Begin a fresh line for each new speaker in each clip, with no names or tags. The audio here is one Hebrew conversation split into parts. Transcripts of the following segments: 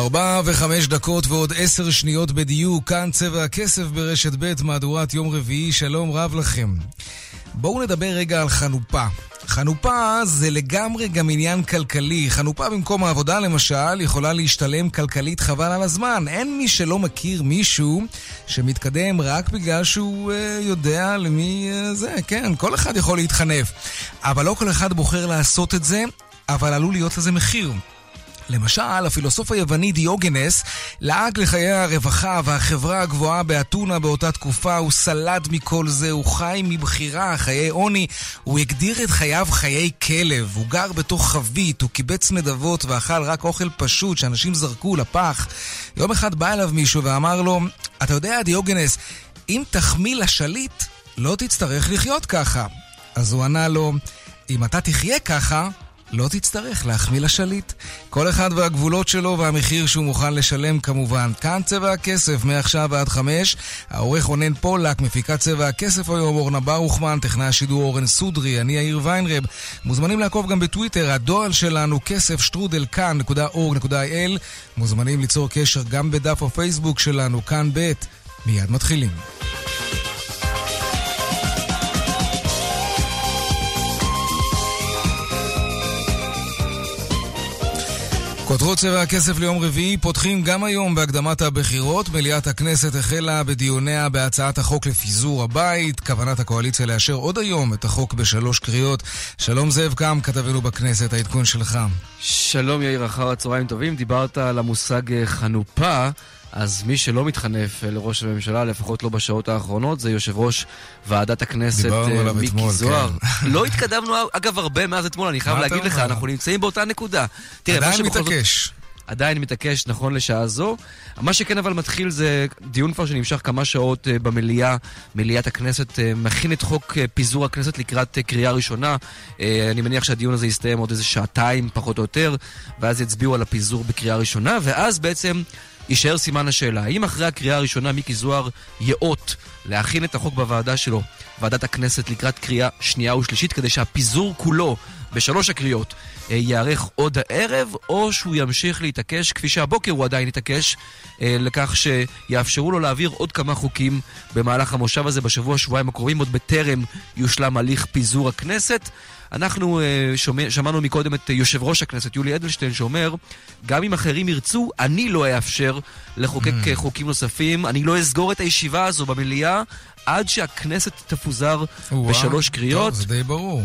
4:05 ועוד 10 שניות בדיוק, כאן צבע הכסף ברשת ב' מהדורת יום רביעי, שלום רב לכם. בואו נדבר רגע על חנופה. חנופה זה לגמרי גם עניין כלכלי. חנופה במקום העבודה למשל יכולה להשתלם כלכלית חבל על הזמן. אין מי שלא מכיר מישהו שמתקדם רק בגלל שהוא יודע למי זה. כן, כל אחד יכול להתחנף. אבל לא כל אחד בוחר לעשות את זה, אבל עלול להיות לזה מחיר. למשל, הפילוסוף היווני דיוגנס לעג לחיי הרווחה והחברה הגבוהה באתונה באותה תקופה. הוא סלד מכל זה, הוא חי מבחירה, חיי עוני. הוא הגדיר את חייו חיי כלב. הוא גר בתוך חבית, הוא קיבץ נדבות ואכל רק אוכל פשוט שאנשים זרקו לפח. יום אחד בא אליו מישהו ואמר לו, אתה יודע דיוגנס, אם תחמיא לשליט לא תצטרך לחיות ככה. אז הוא ענה לו, אם אתה תחיה ככה לא תצטרך להחמיא לשליט. כל אחד והגבולות שלו והמחיר שהוא מוכן לשלם כמובן. כאן צבע הכסף, מעכשיו ועד 5. העורך רונן פולק, מפיקת צבע הכסף היום אורנה ברוכמן, טכנאי השידור אורן סודרי, אני יאיר ויינרב. מוזמנים לעקוב גם בטוויטר, הדואל שלנו כסף@כאן.org.il. מוזמנים ליצור קשר גם בדף הפייסבוק שלנו, כאן ב'. מיד מתחילים. כותרות צבע הכסף ליום רביעי פותחים גם היום בהקדמת הבחירות. מליאת הכנסת החלה בדיוניה בהצעת החוק לפיזור הבית. כוונת הקואליציה לאשר עוד היום את החוק ב3 קריאות. שלום זאב קם, כתבנו בכנסת, העדכון שלך.
שלום יאיר, אחר הצהריים טובים. דיברת על המושג חנופה. אז מי שלא מתחנף לראש הממשלה, לפחות לא בשעות האחרונות, זה יושב ראש ועדת הכנסת מיקי זוהר. כן. לא התקדמנו, אגב, הרבה מאז אתמול, אני חייב להגיד לך, אנחנו נמצאים באותה נקודה.
עדיין מתעקש.
עדיין מתעקש, נכון לשעה זו. מה שכן אבל מתחיל זה דיון כבר שנמשך כמה שעות במליאה. מליאת הכנסת מכין את חוק פיזור הכנסת לקראת קריאה ראשונה. אני מניח שהדיון הזה יסתיים עוד איזה שעתיים, פחות או יותר, ואז יצביעו על הפיזור בקריאה ראשונה, ואז בעצם יישאר סימן השאלה, האם אחרי הקריאה הראשונה מיקי זוהר יאות להכין את החוק בוועדה שלו, ועדת הכנסת, לקראת קריאה שנייה ושלישית, כדי שהפיזור כולו ב3 הקריאות יערך עוד הערב, או שהוא ימשיך להתעקש, כפי שהבוקר הוא עדיין יתעקש, לכך שיאפשרו לו להעביר עוד כמה חוקים במהלך המושב הזה בשבוע-שבועיים הקרובים, עוד בטרם יושלם הליך פיזור הכנסת. אנחנו שמענו מקודם את יושב ראש הכנסת יולי אדלשטיין שאומר, גם אם אחרים ירצו, אני לא אאפשר לחוקק חוקים נוספים, אני לא אסגור את הישיבה הזו במליאה עד שהכנסת תפוזר ב3 קריאות.
טוב, זה די ברור.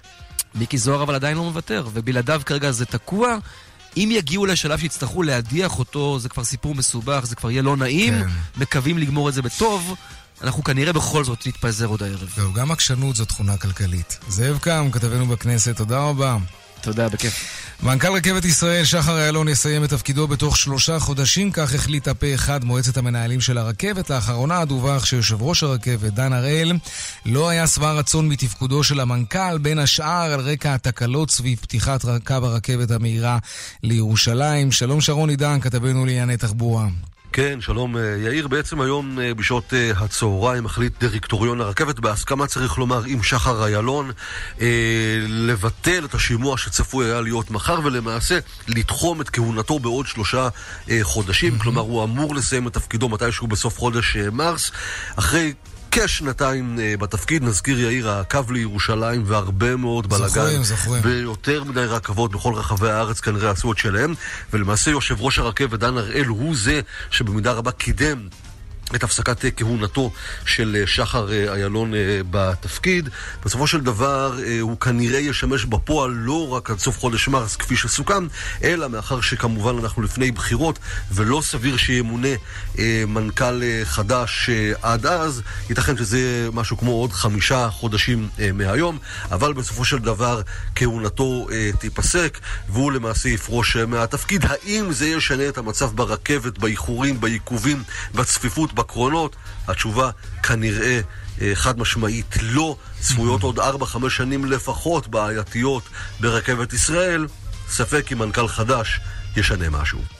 מיקי זוהר אבל עדיין לא מוותר, ובלעדיו כרגע זה תקוע. אם יגיעו לשלב שיצטרכו להדיח אותו, זה כבר סיפור מסובך, זה כבר יהיה לא נעים, כן. מקווים לגמור את זה בטוב. אנחנו כנראה בכל זאת נתפזר עוד הערב.
זהו, גם עקשנות זו תכונה כלכלית. זאב קם, כתבנו בכנסת, תודה רבה.
תודה, בכיף.
מנכ"ל רכבת ישראל שחר איילון יסיים את תפקידו בתוך 3 חודשים, כך החליטה פה אחד מועצת המנהלים של הרכבת. לאחרונה דווח שיושב ראש הרכבת דן הראל לא היה שבע רצון מתפקודו של המנכ"ל, בין השאר על רקע התקלות סביב פתיחת קו הרכבת המהירה לירושלים. שלום שרון עידן, כתבנו לענייני תחבורה.
כן, שלום יאיר. בעצם היום בשעות הצהריים החליט דירקטוריון הרכבת בהסכמה, צריך לומר, עם שחר איילון, לבטל את השימוע שצפוי היה להיות מחר, ולמעשה לתחום את כהונתו בעוד 3 חודשים. כלומר, הוא אמור לסיים את תפקידו מתישהו בסוף חודש מרס, אחרי כשנתיים בתפקיד. נזכיר יאיר, הקו לירושלים והרבה מאוד בלגן ויותר מדי רכבות בכל רחבי הארץ כנראה עשו את שלהם, ולמעשה יושב ראש הרכבת דן הראל הוא זה שבמידה רבה קידם את הפסקת כהונתו של שחר איילון בתפקיד. בסופו של דבר הוא כנראה ישמש בפועל לא רק עד סוף חודש מרס כפי שסוכם, אלא מאחר שכמובן אנחנו לפני בחירות ולא סביר שימונה מנכ"ל חדש עד אז, ייתכן שזה משהו כמו עוד 5 חודשים מהיום, אבל בסופו של דבר כהונתו תיפסק והוא למעשה יפרוש מהתפקיד. האם זה ישנה את המצב ברכבת, באיחורים, בעיכובים, בצפיפות, בקרונות? התשובה כנראה חד משמעית לא. צפויות עוד 4-5 שנים לפחות בעייתיות ברכבת ישראל. ספק אם מנכ"ל חדש ישנה משהו.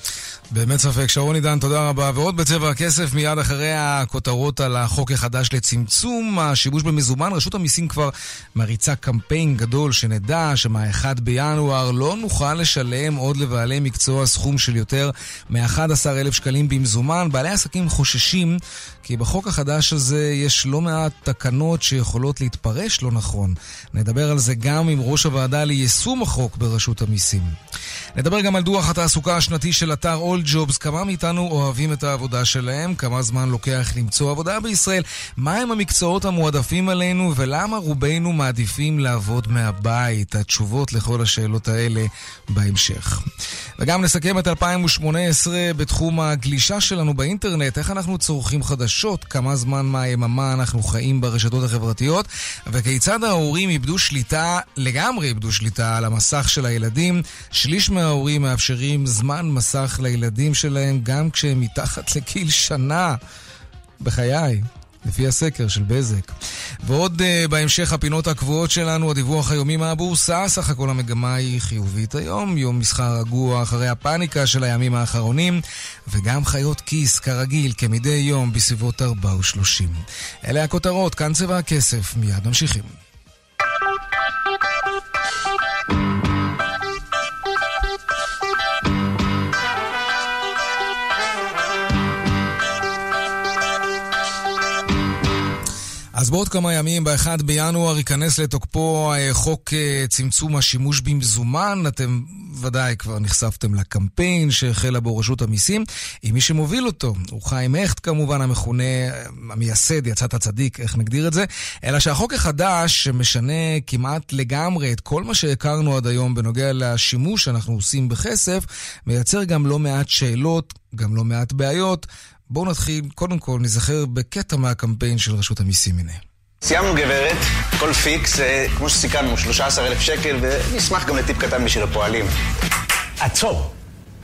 באמת ספק. שרון עידן, תודה רבה. ועוד בצבע הכסף, מיד אחרי הכותרות על החוק החדש לצמצום השימוש במזומן, רשות המיסים כבר מריצה קמפיין גדול שנדע שמה-1 בינואר לא נוכל לשלם עוד לבעלי מקצוע סכום של יותר מ-11,000 שקלים במזומן. בעלי עסקים חוששים כי בחוק החדש הזה יש לא מעט תקנות שיכולות להתפרש לא נכון. נדבר על זה גם עם ראש הוועדה ליישום החוק ברשות המיסים. נדבר גם על דוח התעסוקה השנתי של אתר All Jobs. כמה מאיתנו אוהבים את העבודה שלהם? כמה זמן לוקח למצוא עבודה בישראל? מהם המקצועות המועדפים עלינו? ולמה רובנו מעדיפים לעבוד מהבית? התשובות לכל השאלות האלה בהמשך. וגם נסכם את 2018 בתחום הגלישה שלנו באינטרנט. איך אנחנו צורכים חדשות? כמה זמן מהיממה אנחנו חיים ברשתות החברתיות? וכיצד ההורים לגמרי איבדו שליטה על המסך של הילדים? שליש מההורים מאפשרים זמן מסך לילדים שלהם גם כשהם מתחת לגיל שנה. בחיי, לפי הסקר של בזק. ועוד בהמשך הפינות הקבועות שלנו, הדיווח היומי מהבורסה. סך הכל המגמה היא חיובית היום, יום מסחר רגוע אחרי הפאניקה של הימים האחרונים, וגם חיות כיס כרגיל כמדי יום בסביבות 4:30. אלה הכותרות, כאן צבע הכסף, מיד ממשיכים. אז בעוד כמה ימים, ב-1 בינואר, ייכנס לתוקפו חוק צמצום השימוש במזומן. אתם ודאי כבר נחשפתם לקמפיין שהחלה בו רשות המיסים. עם מי שמוביל אותו הוא חיים הכט, כמובן המכונה המייסד, יצאת הצדיק, איך נגדיר את זה. אלא שהחוק החדש שמשנה כמעט לגמרי את כל מה שהכרנו עד היום בנוגע לשימוש שאנחנו עושים בכסף, מייצר גם לא מעט שאלות, גם לא מעט בעיות. בואו נתחיל, קודם כל נזכר בקטע מהקמפיין של רשות המיסים. הנה.
סיימנו גברת, כל פיקס, כמו שסיכמנו, 13,000 שקל, ונשמח גם לטיפ קטן בשביל הפועלים.
עצור.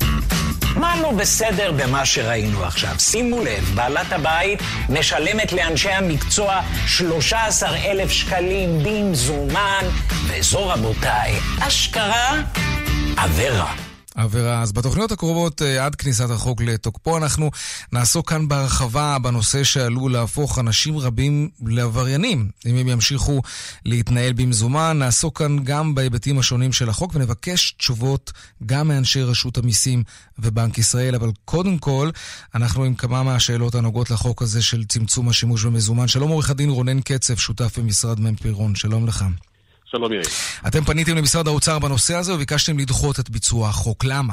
מה לא בסדר במה שראינו עכשיו? שימו לב, בעלת הבית משלמת לאנשי המקצוע 13,000 שקלים במזומן, וזו רבותיי, אשכרה עבירה.
עבירה. אז בתוכניות הקרובות עד כניסת החוק לתוקפו אנחנו נעסוק כאן בהרחבה בנושא שעלול להפוך אנשים רבים לעבריינים אם הם ימשיכו להתנהל במזומן. נעסוק כאן גם בהיבטים השונים של החוק ונבקש תשובות גם מאנשי רשות המיסים ובנק ישראל. אבל קודם כל אנחנו עם כמה מהשאלות הנוגעות לחוק הזה של צמצום השימוש במזומן. שלום עורך הדין רונן קצב, שותף במשרד מפירון. שלום לך.
שלום יאיר.
אתם פניתם למשרד האוצר בנושא הזה וביקשתם לדחות את ביצוע החוק. למה?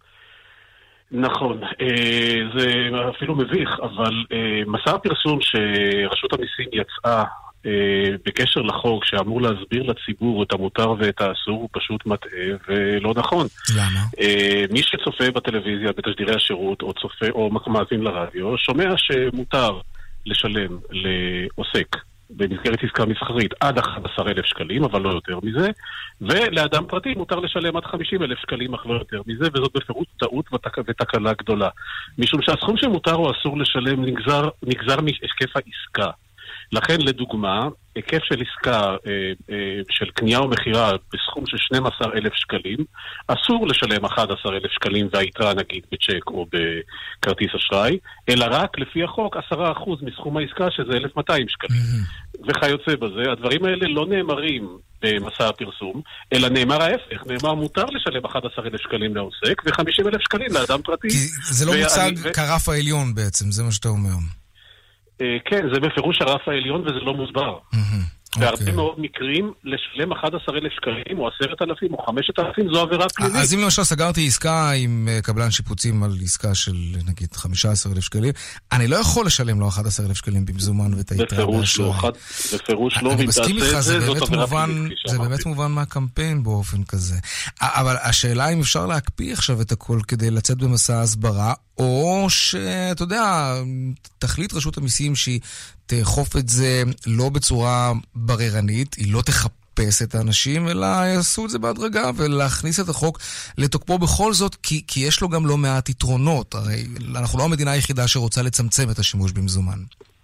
נכון, זה אפילו מביך, אבל מסע הפרסום שרשות המיסים יצאה בקשר לחוק שאמור להסביר לציבור את המותר ואת האסור הוא פשוט מטעה ולא נכון.
למה?
מי שצופה בטלוויזיה, בתשדירי השירות או צופה או מאזין לרדיו, שומע שמותר לשלם לעוסק במסגרת עסקה מסחרית עד 11,000 שקלים, אבל לא יותר מזה, ולאדם פרטי מותר לשלם עד 50,000 שקלים, אך לא יותר מזה, וזאת בפירוש טעות ותקלה גדולה. משום שהסכום שמותר או אסור לשלם נגזר מהיקף העסקה. לכן, לדוגמה, היקף של עסקה של קנייה או מחירה בסכום של 12,000 שקלים, אסור לשלם 11,000 שקלים והיתרה נגיד בצ'ק או בכרטיס אשראי, אלא רק לפי החוק 10% מסכום העסקה שזה 1,200 שקלים. וכיוצא בזה, הדברים האלה לא נאמרים במסע הפרסום, אלא נאמר ההפך, נאמר מותר לשלם 11,000 שקלים לעוסק ו50,000 שקלים לאדם פרטי.
כי זה לא מוצג כרף העליון בעצם, זה מה שאתה אומר.
כן, זה בפירוש הרף העליון וזה לא מוסבר. בהרבה מאוד מקרים לשלם 11,000 שקלים או 10,000 או 5,000 זו עבירה פלילית.
אז אם למשל סגרתי עסקה עם קבלן שיפוצים על עסקה של נגיד 15,000 שקלים, אני לא יכול לשלם לו 11,000 שקלים במזומן ואת היתרה באשראי.
בפירוש לא,
אני מסכים איתך, זה באמת מובן מהקמפיין באופן כזה. אבל השאלה אם אפשר להקפיא עכשיו את הכל כדי לצאת במסע הסברה, או שאתה יודע, תחליט רשות המיסים שהיא תאכוף את זה לא בצורה בררנית, היא לא תחפש את האנשים, אלא יעשו את זה בהדרגה ולהכניס את החוק לתוקפו בכל זאת, כי יש לו גם לא מעט יתרונות. הרי אנחנו לא המדינה היחידה שרוצה לצמצם את השימוש במזומן.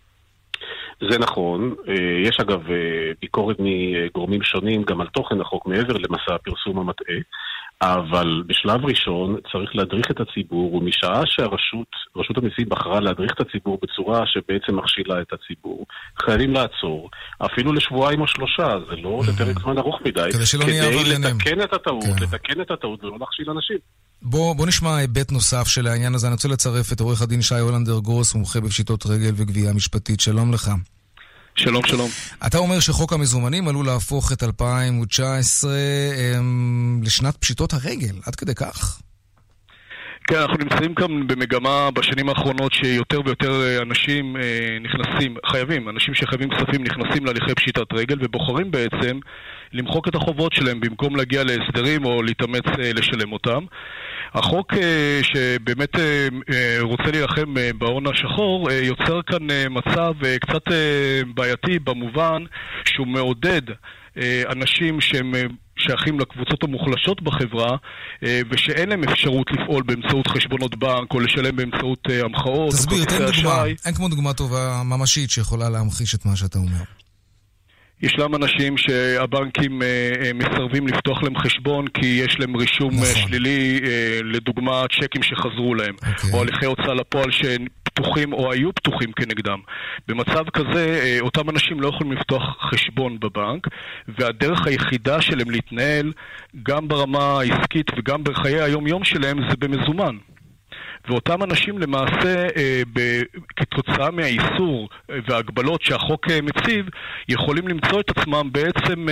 זה נכון. יש אגב ביקורת מגורמים שונים גם על תוכן החוק מעבר למסע הפרסום המטעה, אבל בשלב ראשון צריך להדריך את הציבור, ומשעה רשות המיסים בחרה להדריך את הציבור בצורה שבעצם מכשילה את הציבור, חייבים לעצור, אפילו לשבועיים או 3, זה לא לפרק זמן ארוך מדי, כדי לתקן את הטעות ולא להכשיל אנשים.
בוא נשמע היבט נוסף של העניין הזה. אני רוצה לצרף את עורך הדין שי הולנדר גרוס, מומחה בפשיטות רגל וגבייה משפטית. שלום לך.
שלום, שלום.
אתה אומר שחוק המזומנים עלול להפוך את 2019 לשנת פשיטות הרגל, עד כדי כך?
כן, אנחנו נמצאים כאן במגמה בשנים האחרונות שיותר ויותר אנשים אנשים שחייבים כספים נכנסים להליכי פשיטת רגל ובוחרים בעצם למחוק את החובות שלהם במקום להגיע להסדרים או להתאמץ לשלם אותם. החוק שבאמת רוצה להילחם בהון השחור יוצר כאן מצב קצת בעייתי במובן שהוא מעודד אנשים שהם שייכים לקבוצות המוחלשות בחברה ושאין להם אפשרות לפעול באמצעות חשבונות בנק או לשלם באמצעות המחאות.
תסביר, תן דוגמה. אין כמו דוגמה טובה ממשית שיכולה להמחיש את מה שאתה אומר.
יש להם אנשים שהבנקים מסרבים לפתוח להם חשבון כי יש להם רישום שלילי, לדוגמה צ'קים שחזרו להם, או הליכי הוצאה לפועל שפתוחים או היו פתוחים כנגדם. במצב כזה, אותם אנשים לא יכולים לפתוח חשבון בבנק, והדרך היחידה שלהם להתנהל, גם ברמה העסקית וגם בחיי היום-יום שלהם, זה במזומן. ואותם אנשים למעשה כתוצאה מהאיסור וההגבלות שהחוק מציב יכולים למצוא את עצמם בעצם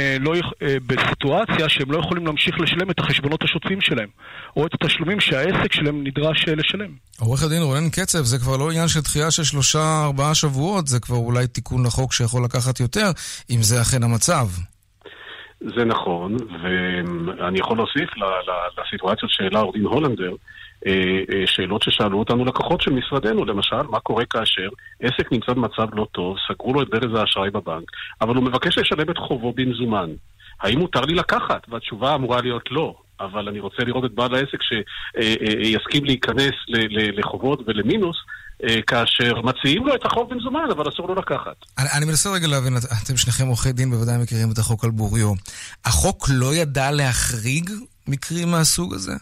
בסיטואציה שהם לא יכולים להמשיך לשלם את החשבונות השוטפים שלהם או את התשלומים שהעסק שלהם נדרש לשלם.
עורך הדין רונן קצב, זה כבר לא עניין של דחייה של 3-4 שבועות, זה כבר אולי תיקון לחוק שיכול לקחת יותר, אם זה אכן המצב.
זה נכון, ואני יכול להוסיף לסיטואציות שהעלה עורך דין הולנדר, שאלות ששאלו אותנו לקוחות של משרדנו, למשל, מה קורה כאשר עסק נמצא במצב לא טוב, סגרו לו את ברז האשראי בבנק, אבל הוא מבקש לשלם את חובו במזומן. האם מותר לי לקחת? והתשובה אמורה להיות לא. אבל אני רוצה לראות את בעל העסק שיסכים להיכנס לחובות ולמינוס, כאשר מציעים לו את החוב במזומן, אבל אסור לו לקחת.
אני מנסה רגע להבין, אתם שניכם עורכי דין בוודאי מכירים את החוק על בוריו. החוק לא ידע להחריג מקרים מהסוג הזה?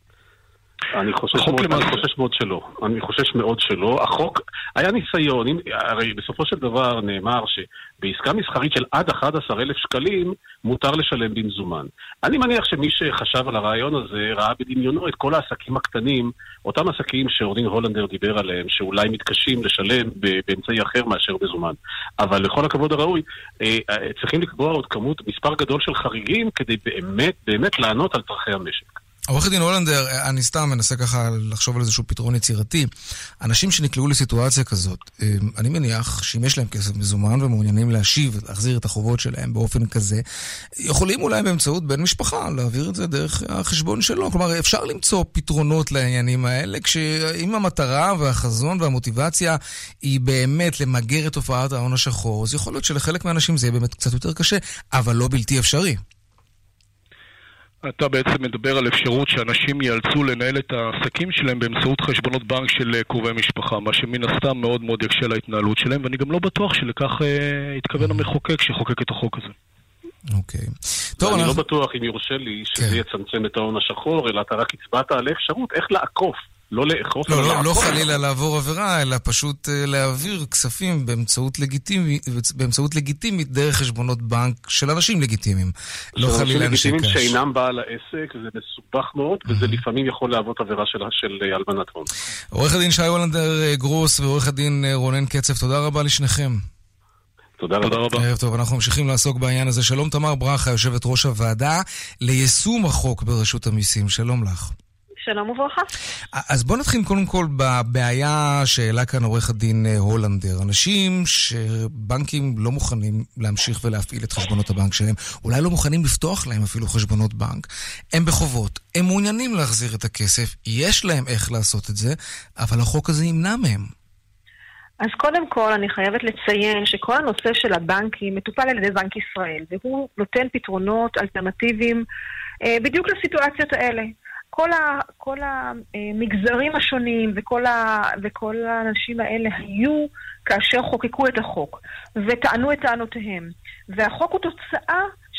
אני חושש מאוד שלא. החוק היה ניסיון, הרי בסופו של דבר נאמר שבעסקה מסחרית של עד 11,000 שקלים מותר לשלם במזומן. אני מניח שמי שחשב על הרעיון הזה ראה בדמיונו את כל העסקים הקטנים, אותם עסקים שעורך דין הולנדר דיבר עליהם, שאולי מתקשים לשלם באמצעי אחר מאשר מזומן. אבל לכל הכבוד הראוי, צריכים לקבוע עוד מספר גדול של חריגים כדי באמת לענות על צרכי המשק.
עורך דין הולנדר, אני סתם מנסה ככה לחשוב על איזשהו פתרון יצירתי. אנשים שנקלעו לסיטואציה כזאת, אני מניח שאם יש להם כסף מזומן ומעוניינים להחזיר את החובות שלהם באופן כזה, יכולים אולי באמצעות בן משפחה להעביר את זה דרך החשבון שלו. כלומר, אפשר למצוא פתרונות לעניינים האלה, כשאם המטרה והחזון והמוטיבציה היא באמת למגר את תופעת ההון השחור, אז יכול להיות שלחלק מהאנשים זה יהיה באמת קצת יותר קשה, אבל לא בלתי אפשרי.
אתה בעצם מדבר על אפשרות שאנשים ייאלצו לנהל את העסקים שלהם באמצעות חשבונות בנק של קרובי משפחה, מה שמן הסתם מאוד מאוד יקשה להתנהלות שלהם, ואני גם לא בטוח שלכך התכוון המחוקק שחוקק את החוק הזה.
אוקיי.
אני לא בטוח אם יורשה לי שזה יצמצם את ההון השחור, אלא אתה רק הצבעת על אפשרות איך לעקוף. לא לאכוף,
לא חלילה לעבור עבירה, אלא פשוט להעביר כספים באמצעות לגיטימית דרך חשבונות בנק של אנשים לגיטימיים. לא חלילה אנשי קש.
שאינם בעל העסק, זה מסובך מאוד, וזה לפעמים יכול להוות עבירה של הלבנת הון.
עורך הדין שי הולנדר גרוס ועורך הדין רונן קצב, תודה רבה לשניכם.
תודה רבה.
ערב טוב, אנחנו ממשיכים לעסוק בעניין הזה. שלום תמר ברכה, יושבת ראש הוועדה ליישום החוק ברשות המיסים. שלום לך.
שלום וברכה.
אז בוא נתחיל קודם כל בבעיה שהעלה כאן עורך הדין הולנדר. אנשים שבנקים לא מוכנים להמשיך ולהפעיל את חשבונות הבנק שלהם, אולי לא מוכנים לפתוח להם אפילו חשבונות בנק, הם בחובות, הם מעוניינים להחזיר את הכסף, יש להם איך לעשות את זה, אבל החוק הזה ימנע מהם.
אז קודם כל אני חייבת לציין שכל הנושא של הבנקים מטופל על ידי בנק ישראל, והוא נותן פתרונות אלטרנטיביים בדיוק לסיטואציות האלה. כל המגזרים השונים וכל האנשים האלה היו כאשר חוקקו את החוק וטענו את טענותיהם. והחוק הוא תוצאה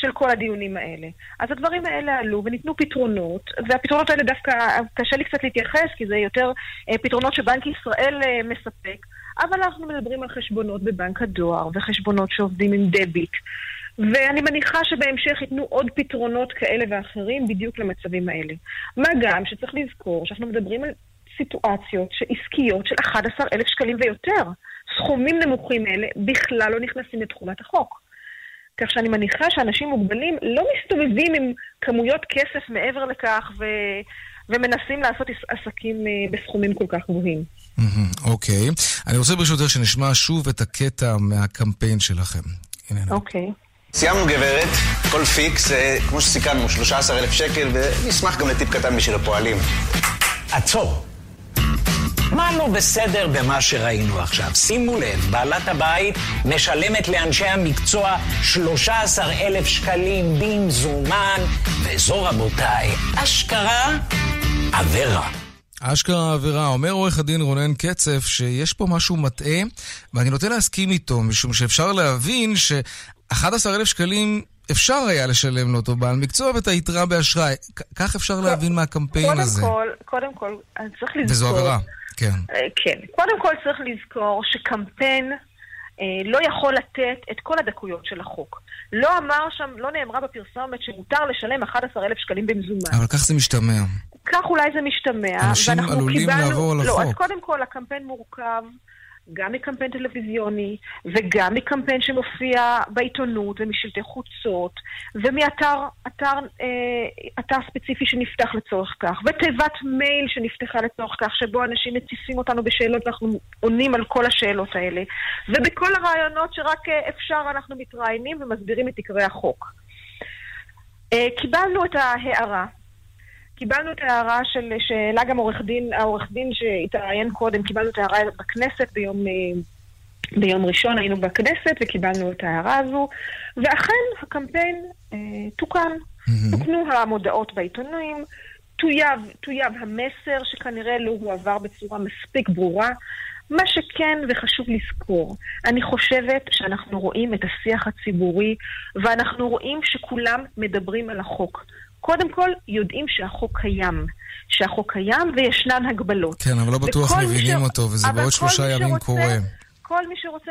של כל הדיונים האלה. אז הדברים האלה עלו וניתנו פתרונות, והפתרונות האלה דווקא קשה לי קצת להתייחס, כי זה יותר פתרונות שבנק ישראל מספק, אבל אנחנו מדברים על חשבונות בבנק הדואר, וחשבונות שעובדים עם דביט, ואני מניחה שבהמשך ייתנו עוד פתרונות כאלה ואחרים בדיוק למצבים האלה. מה גם שצריך לזכור שאנחנו מדברים על סיטואציות עסקיות של 11,000 שקלים ויותר. סכומים נמוכים אלה בכלל לא נכנסים לתחולת החוק. כך שאני מניחה שאנשים מוגבלים לא מסתובבים עם כמויות כסף מעבר לכך ומנסים לעשות עסקים בסכומים כל כך גבוהים.
אוקיי. אני רוצה ברשותך שנשמע שוב את הקטע מהקמפיין שלכם.
אוקיי.
סיימנו גברת, כל פיקס, כמו שסיכמנו, 13,000 שקל, ונשמח גם לטיפ קטן בשביל הפועלים.
עצור. מה לא בסדר במה שראינו עכשיו? שימו לב, בעלת הבית משלמת לאנשי המקצוע 13,000 שקלים במזומן, וזו רבותיי, אשכרה עבירה.
אשכרה עבירה. אומר עורך הדין רונן קצף שיש פה משהו מטעה, ואני נוטה להסכים איתו, משום שאפשר להבין ש11,000 שקלים אפשר היה לשלם לאותו בעל מקצוע ואת היתרה באשראי. כך אפשר להבין מהקמפיין הזה.
קודם כל, צריך לזכור.
וזו עבירה, כן.
כן. קודם כל צריך לזכור שקמפיין לא יכול לתת את כל הדקויות של החוק. לא אמר שם, לא נאמרה בפרסומת שמותר לשלם 11,000 שקלים במזומן.
אבל כך זה משתמע.
כך אולי זה משתמע.
אנשים עלולים לעבור על החוק.
לא, אז קודם כל הקמפיין מורכב גם מקמפיין טלוויזיוני, וגם מקמפיין שמופיע בעיתונות ומשלטי חוצות, ומאתר ספציפי שנפתח לצורך כך, ותיבת מייל שנפתחה לצורך כך, שבו אנשים מציפים אותנו בשאלות ואנחנו עונים על כל השאלות האלה, ובכל הרעיונות שרק אפשר אנחנו מתראיינים ומסבירים את עיקרי החוק. קיבלנו את ההערה. קיבלנו את ההערה שאלה גם העורך דין שהתראיין קודם, קיבלנו את ההערה בכנסת ביום ראשון, היינו בכנסת וקיבלנו את ההערה הזו, ואכן הקמפיין תוקן. תוקנו המודעות בעיתונים, טויב המסר שכנראה לא הועבר בצורה מספיק ברורה. מה שכן וחשוב לזכור, אני חושבת שאנחנו רואים את השיח הציבורי, ואנחנו רואים שכולם מדברים על החוק. קודם כל, יודעים שהחוק קיים וישנן הגבלות.
כן, אבל לא בטוח מבינים אותו, וזה בעוד 3 ימים קורה.
כל מי שרוצה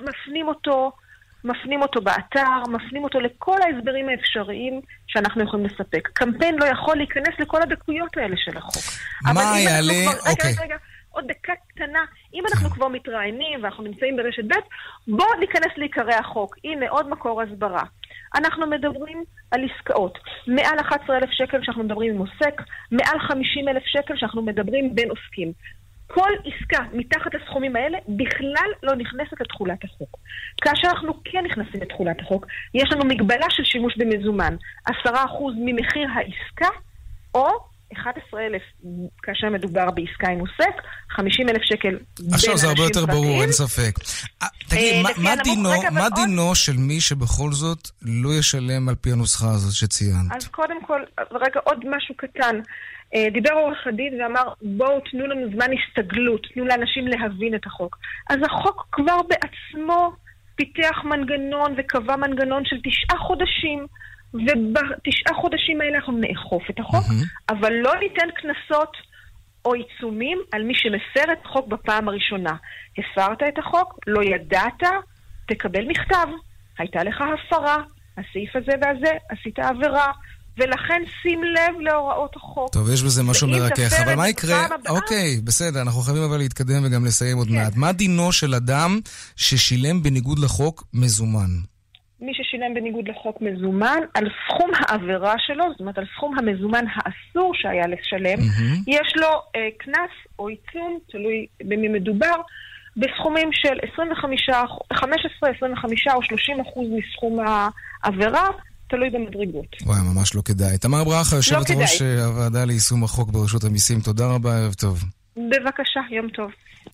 מפנים אותו באתר, מפנים אותו לכל ההסברים האפשריים שאנחנו יכולים לספק. קמפיין לא יכול להיכנס לכל הדקויות האלה של החוק.
מה יעלה? אוקיי.
רגע, עוד דקה קטנה. אם אנחנו כבר מתראיינים ואנחנו נמצאים ברשת ב', בואו ניכנס לעיקרי החוק. הנה, עוד מקור הסברה. אנחנו מדברים על עסקאות. מעל 11,000 שקל שאנחנו מדברים עם עוסק, מעל 50,000 שקל שאנחנו מדברים בין עוסקים. כל עסקה מתחת לסכומים האלה בכלל לא נכנסת לתחולת החוק. כאשר אנחנו כן נכנסים לתחולת החוק, יש לנו מגבלה של שימוש במזומן. 10% ממחיר העסקה, או 11,000 כאשר מדובר בעסקה עם עוסק, 50,000 שקל בין אנשים פרטיים.
עכשיו זה הרבה יותר ברור, אין ספק. תגיד, מה דינו של מי שבכל זאת לא ישלם על פי הנוסחה הזאת שציינת?
אז קודם כל, רגע, עוד משהו קטן. דיבר עורך הדין ואמר, בואו תנו לנו זמן הסתגלות, תנו לאנשים להבין את החוק. אז החוק כבר בעצמו פיתח מנגנון וקבע מנגנון של 9 חודשים, וב9 חודשים האלה אנחנו נאכוף את החוק, אבל לא ניתן קנסות או עיצומים על מי שמפר את החוק בפעם הראשונה. הפרת את החוק, לא ידעת, תקבל מכתב. הייתה לך הפרה, הסעיף הזה והזה, עשית עבירה, ולכן שים לב להוראות החוק.
טוב, יש בזה משהו מרכך, אבל מה יקרה? אוקיי, בסדר, אנחנו חייבים אבל להתקדם וגם לסיים עוד מעט. מה דינו של אדם ששילם בניגוד לחוק מזומן?
מי ששילם בניגוד לחוק מזומן, על סכום העבירה שלו, זאת אומרת על סכום המזומן האסור שהיה לשלם, יש לו קנס או עיצום, תלוי במי מדובר, בסכומים של 15, 25 או 30% מסכום העבירה, תלוי במדרגות.
וואי, ממש לא כדאי. תמר ברכה, יושבת ראש הוועדה ליישום החוק ברשות המיסים, תודה רבה, ערב טוב.
בבקשה, יום טוב.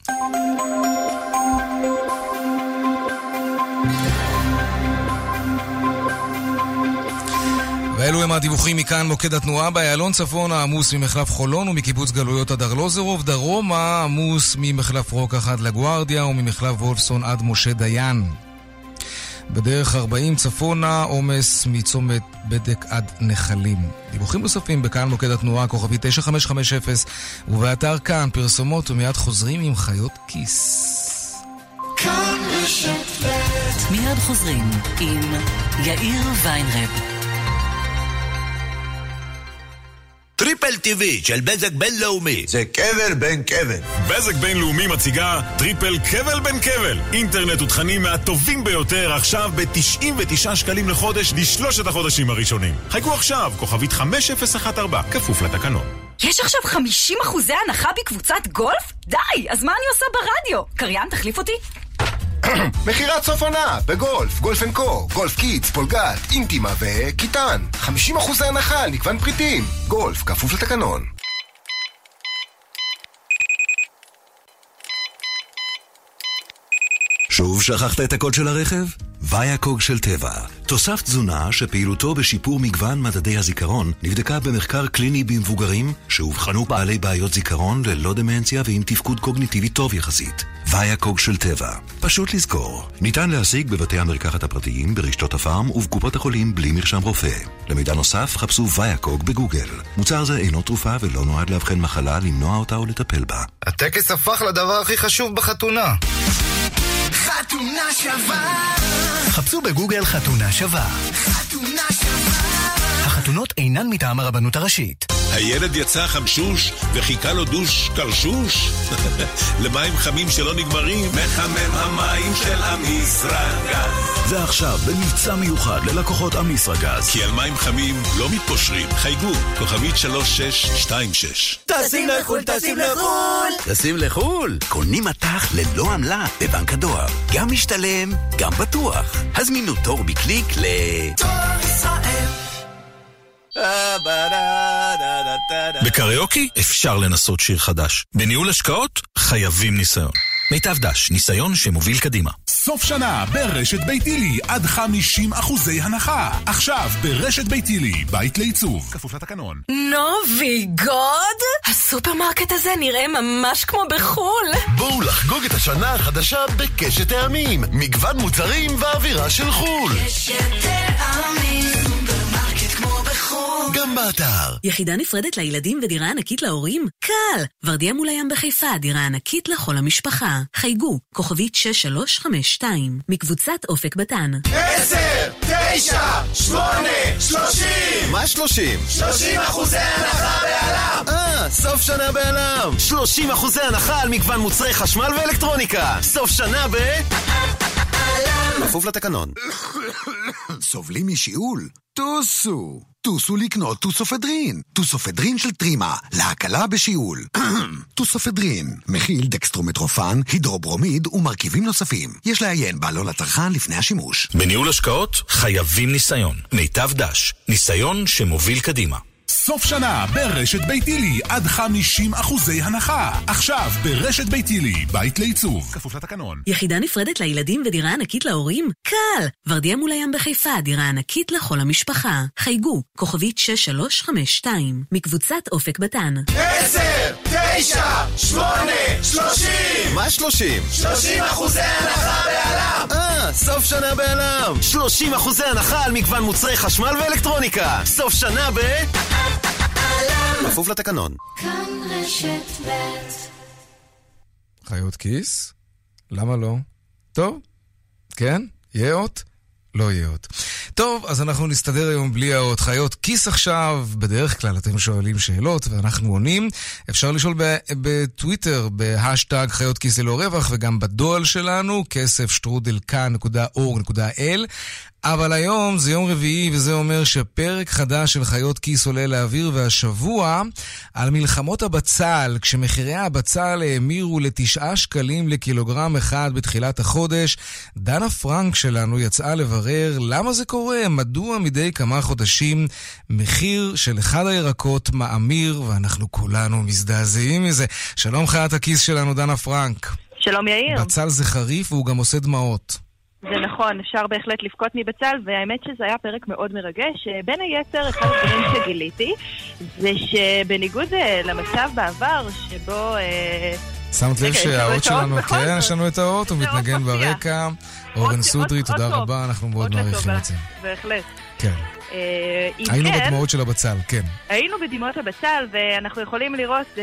ואלו הם הדיווחים מכאן מוקד התנועה. באיילון צפון העמוס ממחלף חולון ומקיבוץ גלויות עד ארלוזרוב, דרומה עמוס ממחלף רוקח עד לגוארדיה וממחלף וולפסון עד משה דיין. בדרך 40 צפונה, עומס מצומת בדק עד נחלים. דיווחים נוספים בכאן מוקד התנועה, כוכבי 9550, ובאתר כאן פרסומות, ומיד חוזרים עם חיות כיס.
כאן רשת ב'. מיד חוזרים עם יאיר ויינרב.
טריפל טבעי של בזק בינלאומי. זה קבל בין קבל.
בזק בינלאומי מציגה טריפל קבל בין קבל. אינטרנט ותכנים מהטובים ביותר עכשיו ב-99 שקלים לחודש לשלושת החודשים הראשונים. חייגו עכשיו, כוכבית 5014, כפוף לתקנון.
יש עכשיו 50% הנחה בקבוצת גולף? די, אז מה אני עושה ברדיו? קריין, תחליף אותי?
מחירת סוף עונה בגולף, גולף אנד קו, גולף קידס, פולגת, אינטימה וקיטן. 50% הנחה על מגוון פריטים. גולף, כפוף לתקנון.
שוב שכחת את הקוד של הרכב? ויאקוג של טבע. תוסף תזונה שפעילותו בשיפור מגוון מדדי הזיכרון נבדקה במחקר קליני במבוגרים שהובחנו בעלי בעיות זיכרון ללא דמנציה ועם תפקוד קוגניטיבי טוב יחסית. ויאקוג של טבע. פשוט לזכור. ניתן להשיג בבתי המרקחת הפרטיים, ברשתות הפארם ובקופות החולים בלי מרשם רופא. למידע נוסף חפשו ויאקוג בגוגל. מוצר זה אינו תרופה ולא נועד לאבחן מחלה, למנוע אותה או לטפל בה.
הטקס הפך לדבר הכי חשוב בחתונה.
חתונה שווה.
חפשו בגוגל חתונה שווה.
חתונה שווה.
החתונות אינן מטעם הרבנות הראשית.
הילד יצא חמשוש וחיכה לו דוש קרשוש. למים חמים שלא נגמרים, מחמם המים של אמיסרגז.
ועכשיו במבצע מיוחד ללקוחות אמיסרגז,
כי על מים חמים לא מתפושרים. חייגו, כוכבית 3626.
טסים לחול, טסים לחול.
טסים לחול. קונים מטח ללא עמלה בבנק הדואר. גם משתלם, גם בטוח. הזמינו תור בקליק
דואר ישראל.
בקריוקי אפשר לנסות שיר חדש. בניהול השקעות חייבים ניסיון. מיטב דש, ניסיון שמוביל קדימה.
סוף שנה ברשת ביתילי עד 50% הנחה. עכשיו ברשת ביתילי, בית לעיצוב, כפוף לתקנון.
נובי גוד? הסופרמרקט הזה נראה ממש כמו בחול.
בואו לחגוג את השנה החדשה בקשת טעמים. מגוון מוצרים ואווירה של חול.
קשת טעמים, סופרמרקט כמו בחול.
גם באתר.
יחידה נפרדת לילדים ודירה ענקית להורים? קל! ורדיה מול הים בחיפה, דירה ענקית לכל המשפחה. חייגו, כוכבית 6352, מקבוצת אופק בתן.
10, 9, 8, 30. מה 30? 30% הנחה בעלם. סוף שנה בעלם. 30% הנחה על מגוון מוצרי חשמל ואלקטרוניקה. סוף שנה כפוף לתקנון.
סובלים משיעול? טוסו לקנות טוסופדרין. טוסופדרין של טרימה, להקלה בשיעול. טוסופדרין, מכיל דקסטרומטרופן, הידרוברומיד ומרכיבים נוספים. יש לעיין בעלון לצרכן לפני השימוש.
בניהול השקעות חייבים ניסיון. מיטב דש, ניסיון שמוביל קדימה.
סוף שנה ברשת ביתילי עד 50% הנחה. עכשיו ברשת ביתילי, בית לעיצוב, כפוף לתקנון.
יחידה נפרדת לילדים ודירה ענקית להורים? קל! ורדיה מול הים בחיפה, דירה ענקית לכל המשפחה. חייגו, כוכבית 6352, מקבוצת אופק בתן.
10, 9, 8, 30. מה 30? 30% הנחה בעלם. סוף שנה בעלם. 30% הנחה על מגוון מוצרי חשמל ואלקטרוניקה. סוף שנה כפוף לתקנון.
כאן רשת ב'.
חיות כיס? למה לא? טוב, כן? יהיה אות? לא יהיה אות. טוב, אז אנחנו נסתדר היום בלי האות. חיות כיס עכשיו, בדרך כלל אתם שואלים שאלות ואנחנו עונים. אפשר לשאול בטוויטר, בהשטג חיות כיס ללא רווח, וגם בדואל שלנו, כסף@כאן.org.il. אבל היום זה יום רביעי, וזה אומר שפרק חדש של חיות כיס עולה לאוויר, והשבוע על מלחמות הבצל, כשמחירי הבצל האמירו ל9 שקלים לקילוגרם אחד בתחילת החודש. דנה פרנק שלנו יצאה לברר למה זה קורה, מדוע מדי כמה חודשים מחיר של אחד הירקות מאמיר, ואנחנו כולנו מזדעזעים מזה. שלום חיית הכיס שלנו, דנה פרנק.
שלום יאיר.
בצל זה חריף והוא גם עושה דמעות.
זה נכון, אפשר בהחלט לבכות מבצל, והאמת שזה היה פרק מאוד מרגש. בין היתר, אחד הדברים שגיליתי, זה שבניגוד למצב בעבר, שבו
שמת לב שהאות שלנו, כן, יש לנו את האות, הוא מתנגן ברקע. אורן סודרי, תודה רבה, אנחנו מאוד מעריכים את זה.
בהחלט.
כן. היינו בדמעות של הבצל, כן.
היינו בדמעות הבצל, ואנחנו יכולים לראות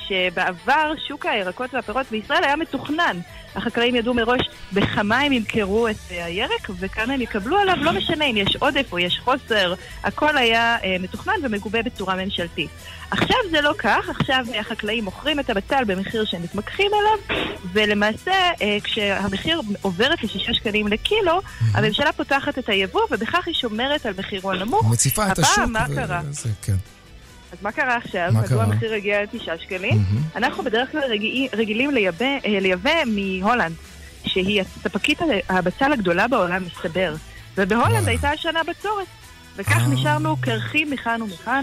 שבעבר שוק הירקות והפירות בישראל היה מתוכנן. החקלאים ידעו מראש בכמה הם ימכרו את הירק, וכמה הם יקבלו עליו, לא משנה אם יש עודף או יש חוסר, הכל היה מתוכנן ומגובה בצורה ממשלתית. עכשיו זה לא כך, עכשיו החקלאים מוכרים את הבצל במחיר שהם מתמקחים עליו, ולמעשה כשהמחיר עוברת ל6 שקלים לקילו, הממשלה פותחת את היבוא, ובכך היא שומרת על מחירו הנמוך.
מציפה את השוק.
מה קרה?
כן.
אז מה קרה עכשיו? מדוע המחיר הגיע ל9 שקלים? אנחנו בדרך כלל רגילים לייבא מהולנד, שהיא הספקית הבצל הגדולה בעולם, מסתבר. ובהולנד הייתה השנה בצורת. וכך נשארנו קרחים מכאן ומכאן,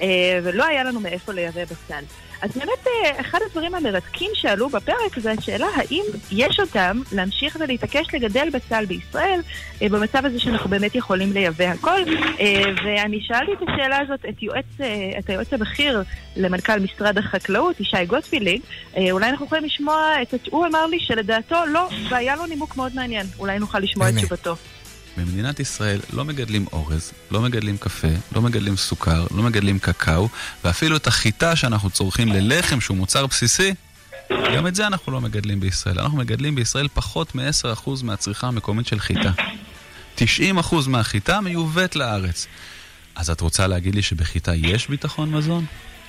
ולא היה לנו מאיפה לייבא בצל. אז באמת, אחד הדברים המרתקים שעלו בפרק זה השאלה האם יש אותם להמשיך ולהתעקש לגדל בצל בישראל, במצב הזה שאנחנו באמת יכולים לייבא הכל. ואני שאלתי את השאלה הזאת את היועץ הבכיר למנכ"ל משרד החקלאות, ישי גוטפילד. אולי אנחנו יכולים לשמוע הוא אמר לי שלדעתו לא, והיה לו נימוק מאוד מעניין. אולי נוכל לשמוע את תשובתו.
במדינת ישראל לא מגדלים אורז, לא מגדלים קפה, לא מגדלים סוכר, לא מגדלים קקאו, ואפילו את החיטה שאנחנו צורכים ללחם שהוא מוצר בסיסי, גם את זה אנחנו לא מגדלים בישראל. אנחנו מגדלים בישראל פחות מ-10% מהצריכה המקומית של חיטה. 90% מהחיטה מיובאת לארץ. אז את רוצה להגיד לי שבחיטה יש ביטחון מזון?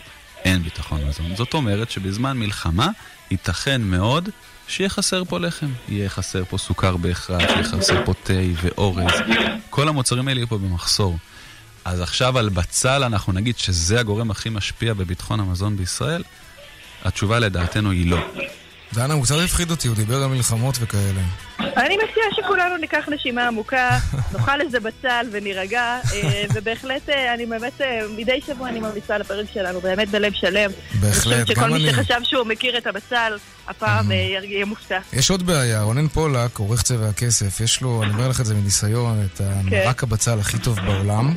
אין ביטחון מזון. זאת אומרת שבזמן מלחמה ייתכן מאוד שיהיה חסר פה לחם, יהיה חסר פה סוכר בהכרח, יהיה חסר פה תה ואורז. כל המוצרים האלה יהיו פה במחסור. אז עכשיו על בצל אנחנו נגיד שזה הגורם הכי משפיע בביטחון המזון בישראל? התשובה לדעתנו היא לא.
דנה, הוא קצת הפחיד אותי, הוא דיבר על מלחמות וכאלה.
אני מציעה שכולנו ניקח נשימה עמוקה, נאכל איזה בצל ונירגע, ובהחלט אני באמת, מדי שבוע אני ממליצה לפרק שלנו, באמת בלב שלם.
בהחלט,
גם אני. שכל מי שחשב שהוא מכיר את הבצל, הפעם יהיה מופתע.
יש עוד בעיה, רונן פולק, עורך צבע הכסף, יש לו, אני אומר לך את זה מניסיון, את המרק הבצל הכי טוב בעולם,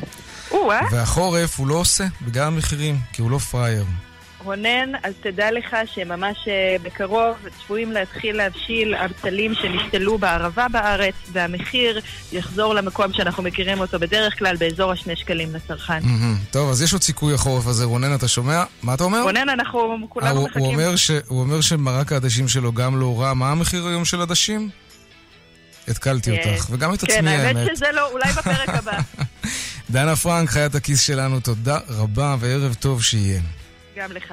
והחורף הוא לא עושה, בגלל המחירים, כי הוא לא פרייר.
רונן, אז תדע לך שממש בקרוב צפויים להתחיל להבשיל הבצלים שנשתלו בערבה בארץ, והמחיר יחזור למקום שאנחנו מכירים אותו בדרך כלל, באזור 2 שקלים לצרכן.
טוב, אז יש עוד סיכוי החורף הזה. רונן, אתה שומע? מה אתה אומר?
רונן, אנחנו כולנו מחכים.
הוא אומר שמרק העדשים שלו גם לא רע. מה המחיר היום של עדשים? התקלתי אותך, וגם את עצמי האמת.
כן, האמת שזה לא, אולי בפרק הבא.
דנה פרנק, חיית הכיס שלנו, תודה רבה וערב טוב שיהיה.
גם לך.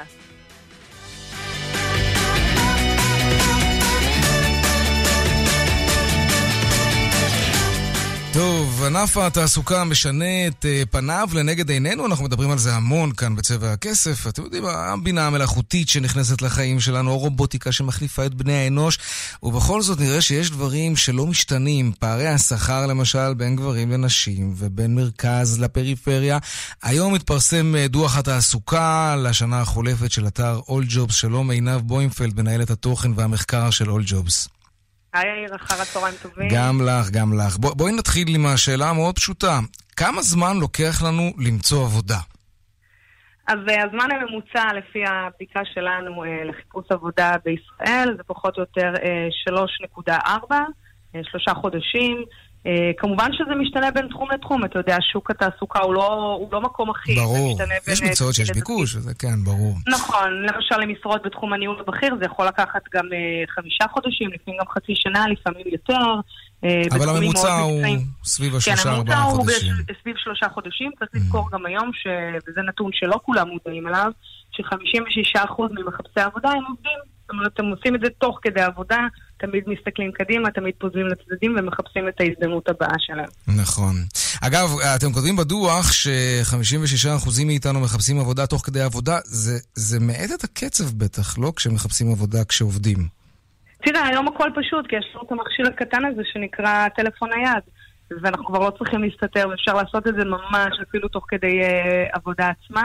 טוב, ענף התעסוקה משנה את פניו לנגד עינינו, אנחנו מדברים על זה המון כאן בצבע הכסף. אתם יודעים, הבינה המלאכותית שנכנסת לחיים שלנו, או רובוטיקה שמחליפה את בני האנוש, ובכל זאת נראה שיש דברים שלא משתנים. פערי השכר למשל בין גברים לנשים ובין מרכז לפריפריה. היום מתפרסם דוח התעסוקה לשנה החולפת של אתר All Jobs. שלום, עינב בוימפלד, מנהלת התוכן והמחקר של All Jobs.
היי, אחר הצהריים טובים.
גם לך, גם לך. בואי נתחיל עם השאלה המאוד פשוטה. כמה זמן לוקח לנו למצוא עבודה?
אז הזמן הממוצע לפי הבדיקה שלנו לחיפוש עבודה בישראל זה פחות או יותר 3.4, 3 חודשים. כמובן שזה משתנה בין תחום לתחום, אתה יודע, שוק התעסוקה הוא לא מקום הכי.
ברור, יש מקצועות שיש ביקוש, וזה כן, ברור.
נכון, למשל למשרות בתחום הניהול הבכיר, זה יכול לקחת גם 5 חודשים, לפעמים גם חצי שנה, לפעמים יותר.
אבל הממוצע הוא סביב 3-4 חודשים.
כן, הממוצע הוא סביב 3 חודשים, צריך לזכור גם היום, וזה נתון שלא כולם מודעים עליו, ש56% ממחפשי העבודה הם עובדים. זאת אומרת, הם עושים את זה תוך כדי עבודה, תמיד מסתכלים קדימה, תמיד פוזלים לצדדים ומחפשים את ההזדמנות הבאה שלהם.
נכון. אגב, אתם כותבים בדוח ש56% מאיתנו מחפשים עבודה תוך כדי עבודה. זה מעט את הקצב בטח, לא כשמחפשים עבודה כשעובדים.
תראה, היום הכל פשוט, כי יש לנו את המכשיר הקטן הזה שנקרא טלפון נייד, ואנחנו כבר לא צריכים להסתתר, ואפשר לעשות את זה ממש אפילו תוך כדי עבודה עצמה.